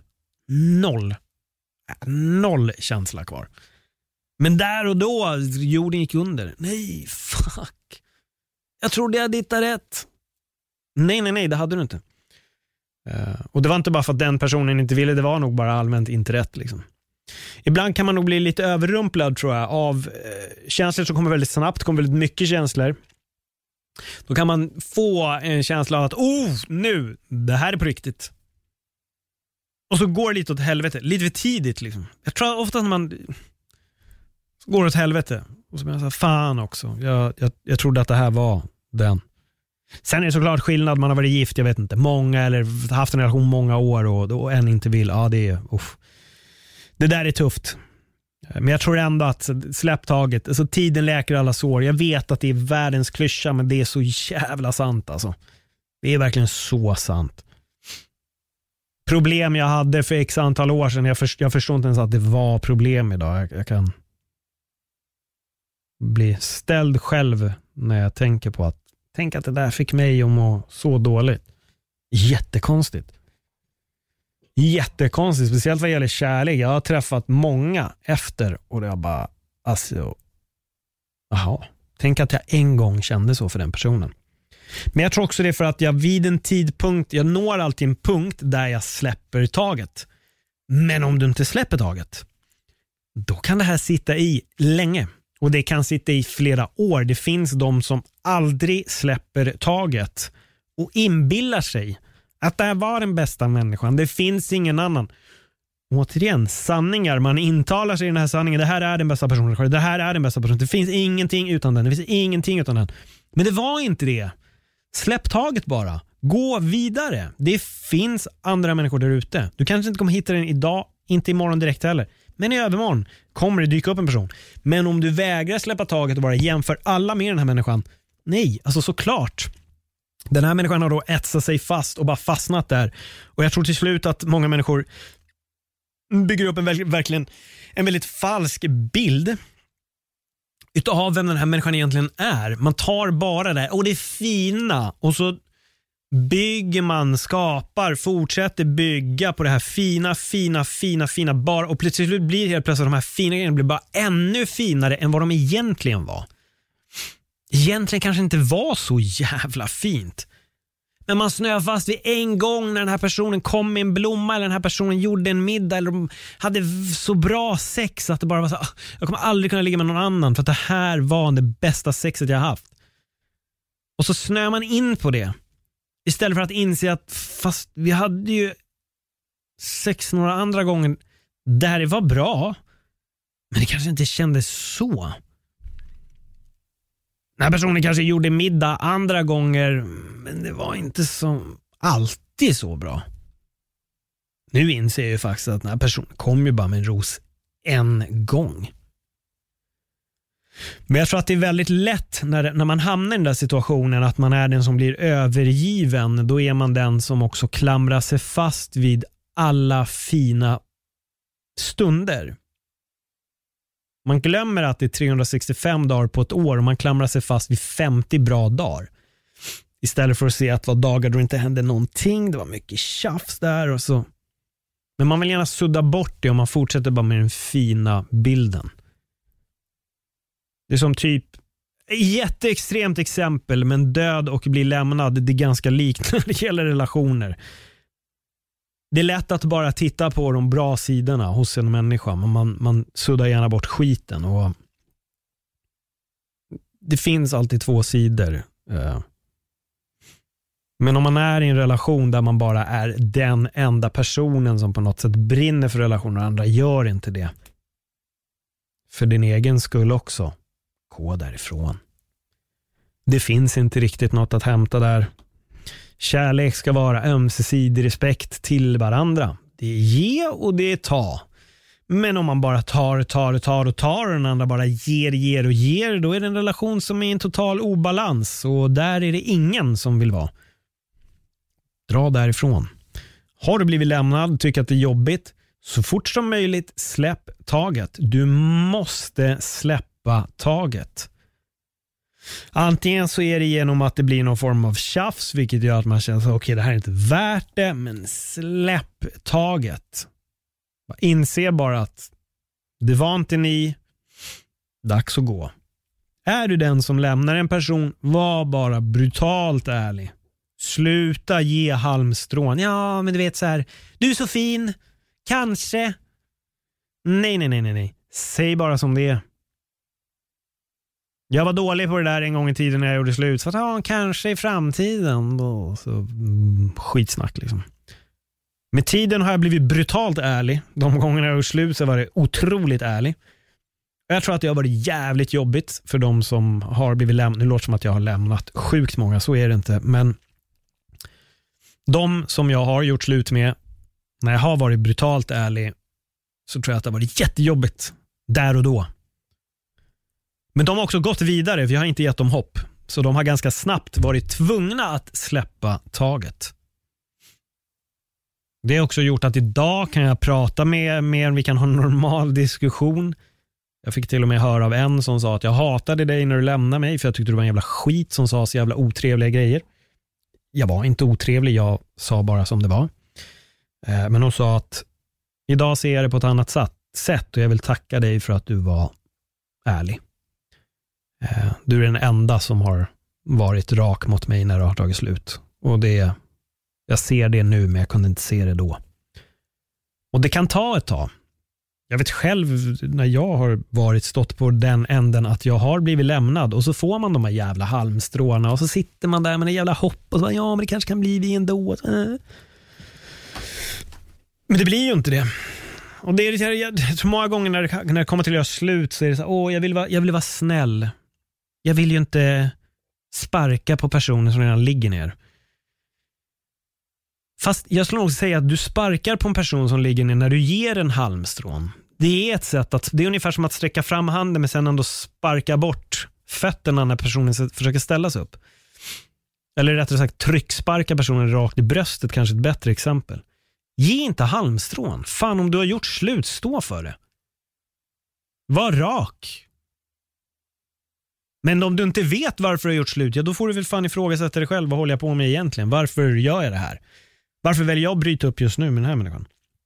noll känsla kvar. Men där och då jorden gick under. Nej, fuck. Jag trodde jag hade hittat rätt. Nej, det hade du inte. Och det var inte bara för att den personen inte ville, det var nog bara allmänt inte rätt liksom. Ibland kan man nog bli lite överrumplad tror jag av känslor som kommer väldigt snabbt, kommer väldigt mycket känslor. Då kan man få en känsla av att nu, det här är på riktigt. Och så går det lite åt helvete, lite för tidigt liksom. Jag tror ofta när man går åt helvete och så blir jag så här, fan också. Jag trodde att det här var den. Sen är det såklart skillnad, man har varit gift, jag vet inte, många eller haft en relation många år och än inte vill. Ja, det är det där är tufft. Men jag tror ändå att släpptaget, alltså tiden läker alla sår. Jag vet att det är världens klyscha, men det är så jävla sant alltså. Det är verkligen så sant. Problem jag hade för x antal år sedan, jag förstår inte ens att det var problem idag. Jag kan bli ställd själv när jag tänker på att det där fick mig att må så dåligt. Jättekonstigt, speciellt vad gäller kärlek. Jag har träffat många efter och jag bara, alltså, tänk att jag en gång kände så för den personen. Men jag tror också det är för att jag vid en tidpunkt, jag når alltid en punkt där jag släpper taget. Men om du inte släpper taget, då kan det här sitta i länge. Och det kan sitta i flera år. Det finns de som aldrig släpper taget och inbillar sig att det här var den bästa människan. Det finns ingen annan. Återigen, sanningar. Man intalar sig i den här sanningen. Det här är den bästa personen. Det här är den bästa personen. Det finns ingenting utan den. Det finns ingenting utan den. Men det var inte det. Släpp taget bara. Gå vidare. Det finns andra människor där ute. Du kanske inte kommer hitta den idag, inte imorgon direkt heller. Men i övermorgon kommer det dyka upp en person. Men om du vägrar släppa taget och bara jämför alla med den här människan, Nej, alltså såklart. Den här människan har då etsat sig fast och bara fastnat där. Och jag tror till slut att många människor bygger upp verkligen en väldigt falsk bild utav vem den här människan egentligen är. Man tar bara det och det fina och så bygger man, skapar, fortsätter bygga på det här fina bara, och plötsligt blir helt plötsligt de här fina grejerna blir bara ännu finare än vad de egentligen var. Egentligen kanske inte var så jävla fint. Men man snöar fast vid en gång när den här personen kom med en blomma, eller den här personen gjorde en middag, eller de hade så bra sex att det bara var så, jag kommer aldrig kunna ligga med någon annan för att det här var det bästa sexet jag haft. Och så snöar man in på det istället för att inse att fast vi hade ju sex några andra gånger där det var bra, men det kanske inte kändes så. Den här personen kanske gjorde middag andra gånger, men det var inte så alltid så bra. Nu inser jag ju faktiskt att den här personen kom ju bara med en ros en gång. Men jag tror att det är väldigt lätt när man hamnar i den där situationen att man är den som blir övergiven. Då är man den som också klamrar sig fast vid alla fina stunder. Man glömmer att det är 365 dagar på ett år och man klamrar sig fast vid 50 bra dagar. Istället för att se att det var dagar då det inte hände någonting, det var mycket tjafs där och så. Men man vill gärna sudda bort det och man fortsätter bara med den fina bilden. Det är som typ jätteextremt exempel, men död och bli lämnad, det är ganska likt när det gäller relationer. Det är lätt att bara titta på de bra sidorna hos en människa, men man suddar gärna bort skiten. Och det finns alltid två sidor. Men om man är i en relation där man bara är den enda personen som på något sätt brinner för relationen och andra gör inte det. För din egen skull också. Gå därifrån. Det finns inte riktigt något att hämta där. Kärlek ska vara ömsesidig respekt till varandra. Det är ge och det är ta. Men om man bara tar och den andra bara ger, då är det en relation som är i en total obalans. Och där är det ingen som vill vara. Dra därifrån. Har du blivit lämnad, tycker att det är jobbigt, så fort som möjligt släpp taget. Du måste släppa taget. Antingen så är det genom att det blir någon form av tjafs, vilket gör att man känner att okej, det här är inte värt det, men släpp taget. Inse bara att det var inte ni, dags att gå. Är du den som lämnar en person, var bara brutalt ärlig. Sluta ge halmstrån. Ja, men du vet så här, du är så fin, kanske. Nej. Säg bara som det är. Jag var dålig på det där en gång i tiden när jag gjorde slut. Så att kanske i framtiden då. Så skitsnack liksom. Med tiden har jag blivit brutalt ärlig. De gångerna jag gjorde slut så var det otroligt ärlig. Och jag tror att det har varit jävligt jobbigt för de som har blivit lämnat. Nu låter det som att jag har lämnat sjukt många, så är det inte. Men de som jag har gjort slut med, när jag har varit brutalt ärlig, så tror jag att det har varit jättejobbigt där och då. Men de har också gått vidare, för jag har inte gett dem hopp. Så de har ganska snabbt varit tvungna att släppa taget. Det har också gjort att idag kan jag prata med mer, vi kan ha en normal diskussion. Jag fick till och med höra av en som sa att jag hatade dig när du lämnade mig, för jag tyckte du var en jävla skit som sa så jävla otrevliga grejer. Jag var inte otrevlig, jag sa bara som det var. Men hon sa att idag ser jag det på ett annat sätt och jag vill tacka dig för att du var ärlig. Du är den enda som har varit rak mot mig när det har tagit slut. Och jag ser det nu, men jag kunde inte se det då. Och det kan ta ett tag. Jag vet själv när jag har stått på den änden att jag har blivit lämnad, och så får man de här jävla halmstråna och så sitter man där med en jävla hopp och så bara, ja men det kanske kan bli vi ändå. Men det blir ju inte det. Och det är jag tror många gånger när det kommer till att göra slut så är det så, jag vill vara snäll. Jag vill ju inte sparka på personen som redan ligger ner. Fast jag skulle nog säga att du sparkar på en person som ligger ner när du ger en halmstrån. Det är ett sätt det är ungefär som att sträcka fram handen men sen ändå sparka bort fötterna när personen försöker ställa sig upp. Eller rättare sagt trycksparka personen rakt i bröstet, kanske ett bättre exempel. Ge inte halmstrån. Fan, om du har gjort slut, stå för det. Var rak. Men om du inte vet varför du har gjort slut, ja, då får du väl fan ifrågasätta dig själv. Vad håller jag på med egentligen? Varför gör jag det här? Varför väljer jag att bryta upp just nu med den här människan?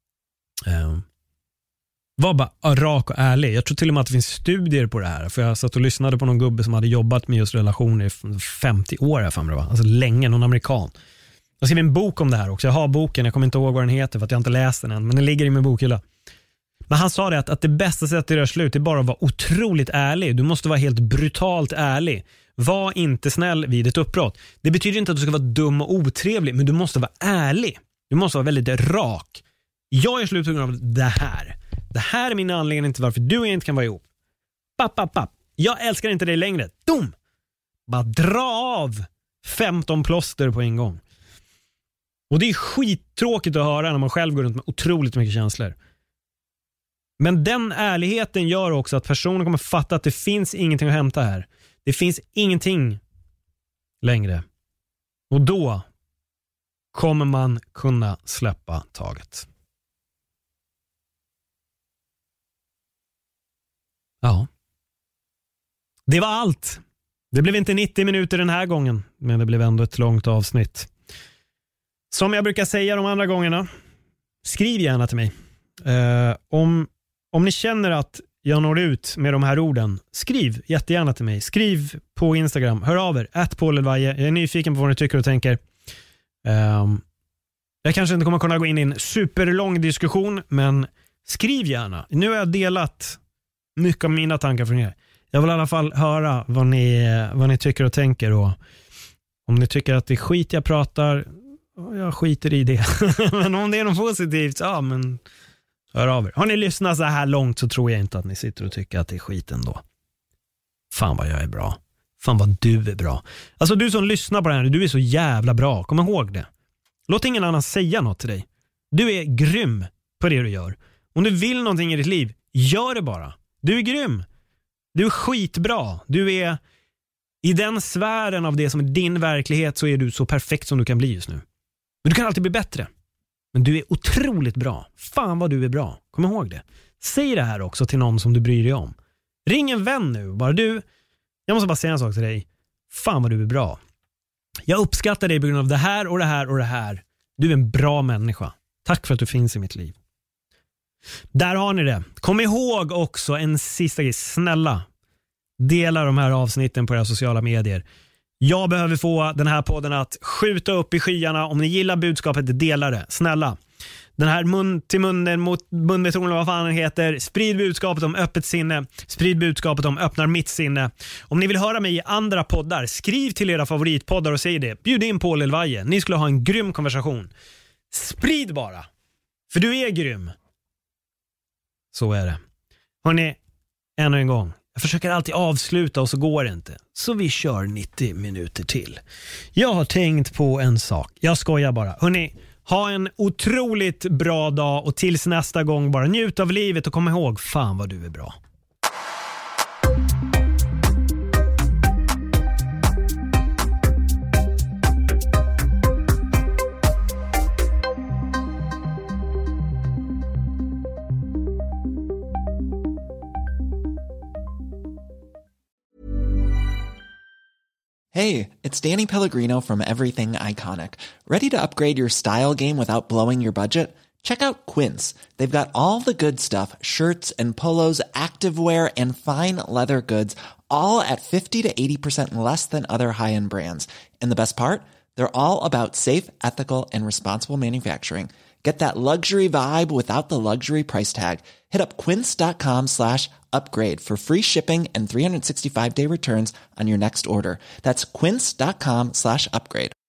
Var bara rak och ärlig. Jag tror till och med att det finns studier på det här. För jag satt och lyssnade på någon gubbe som hade jobbat med just relationer i 50 år. Alltså länge, någon amerikan. Jag skrev en bok om det här också. Jag har boken, jag kommer inte ihåg vad den heter för att jag inte läst den än. Men den ligger i min bokhylla. Men han sa det att det bästa sättet att göra slut är bara att vara otroligt ärlig. Du måste vara helt brutalt ärlig. Var inte snäll vid ett uppbrott. Det betyder inte att du ska vara dum och otrevlig, men du måste vara ärlig. Du måste vara väldigt rak. Jag är slut på grund av det här. Det här är min anledning till varför du och jag inte kan vara ihop. Papp. Jag älskar inte dig längre. Dum! Bara dra av 15 plåster på en gång. Och det är skittråkigt att höra när man själv går runt med otroligt mycket känslor. Men den ärligheten gör också att personen kommer fatta att det finns ingenting att hämta här. Det finns ingenting längre. Och då kommer man kunna släppa taget. Ja. Det var allt. Det blev inte 90 minuter den här gången, men det blev ändå ett långt avsnitt. Som jag brukar säga de andra gångerna, skriv gärna till mig. Om ni känner att jag når ut med de här orden, skriv jättegärna till mig. Skriv på Instagram, hör av er, @PaulElvaje. Jag är nyfiken på vad ni tycker och tänker. Jag kanske inte kommer kunna gå in i en superlång diskussion, men skriv gärna. Nu har jag delat mycket av mina tankar från er. Jag vill i alla fall höra vad ni tycker och tänker, och om ni tycker att det är skit jag pratar, jag skiter i det. Men om det är något positivt, ja, men hör av er. Har ni lyssnat så här långt så tror jag inte att ni sitter och tycker att det är skit ändå. Fan vad jag är bra. Fan vad du är bra. Alltså du som lyssnar på det här, du är så jävla bra. Kom ihåg det. Låt ingen annan säga något till dig. Du är grym på det du gör. Om du vill någonting i ditt liv, gör det bara. Du är grym. Du är skitbra. Du är i den sfären av det som är din verklighet, så är du så perfekt som du kan bli just nu. Men du kan alltid bli bättre. Men du är otroligt bra. Fan vad du är bra. Kom ihåg det. Säg det här också till någon som du bryr dig om. Ring en vän nu. Bara du, jag måste bara säga en sak till dig. Fan vad du är bra. Jag uppskattar dig på grund av det här och det här och det här. Du är en bra människa. Tack för att du finns i mitt liv. Där har ni det. Kom ihåg också en sista grej. Snälla, dela de här avsnitten på era sociala medier. Jag behöver få den här podden att skjuta upp i skyarna. Om ni gillar budskapet, dela det. Snälla. Den här mun till munnen mot munmetoden, vad fan den heter. Sprid budskapet om öppet sinne. Sprid budskapet om öppnar mitt sinne. Om ni vill höra mig i andra poddar, skriv till era favoritpoddar och säg det. Bjud in Paul Elvaje. Ni skulle ha en grym konversation. Sprid bara. För du är grym. Så är det. Hörrni, ännu en gång. Jag försöker alltid avsluta och så går det inte. Så vi kör 90 minuter till. Jag har tänkt på en sak. Jag skojar bara. Hörrni, ha en otroligt bra dag och tills nästa gång bara njut av livet och kom ihåg, fan vad du är bra. Hey, it's Danny Pellegrino from Everything Iconic. Ready to upgrade your style game without blowing your budget? Check out Quince. They've got all the good stuff, shirts and polos, activewear and fine leather goods, all at 50 to 80% less than other high-end brands. And the best part? They're all about safe, ethical and responsible manufacturing. Get that luxury vibe without the luxury price tag. Hit up quince.com/upgrade for free shipping and 365-day returns on your next order. That's quince.com/upgrade.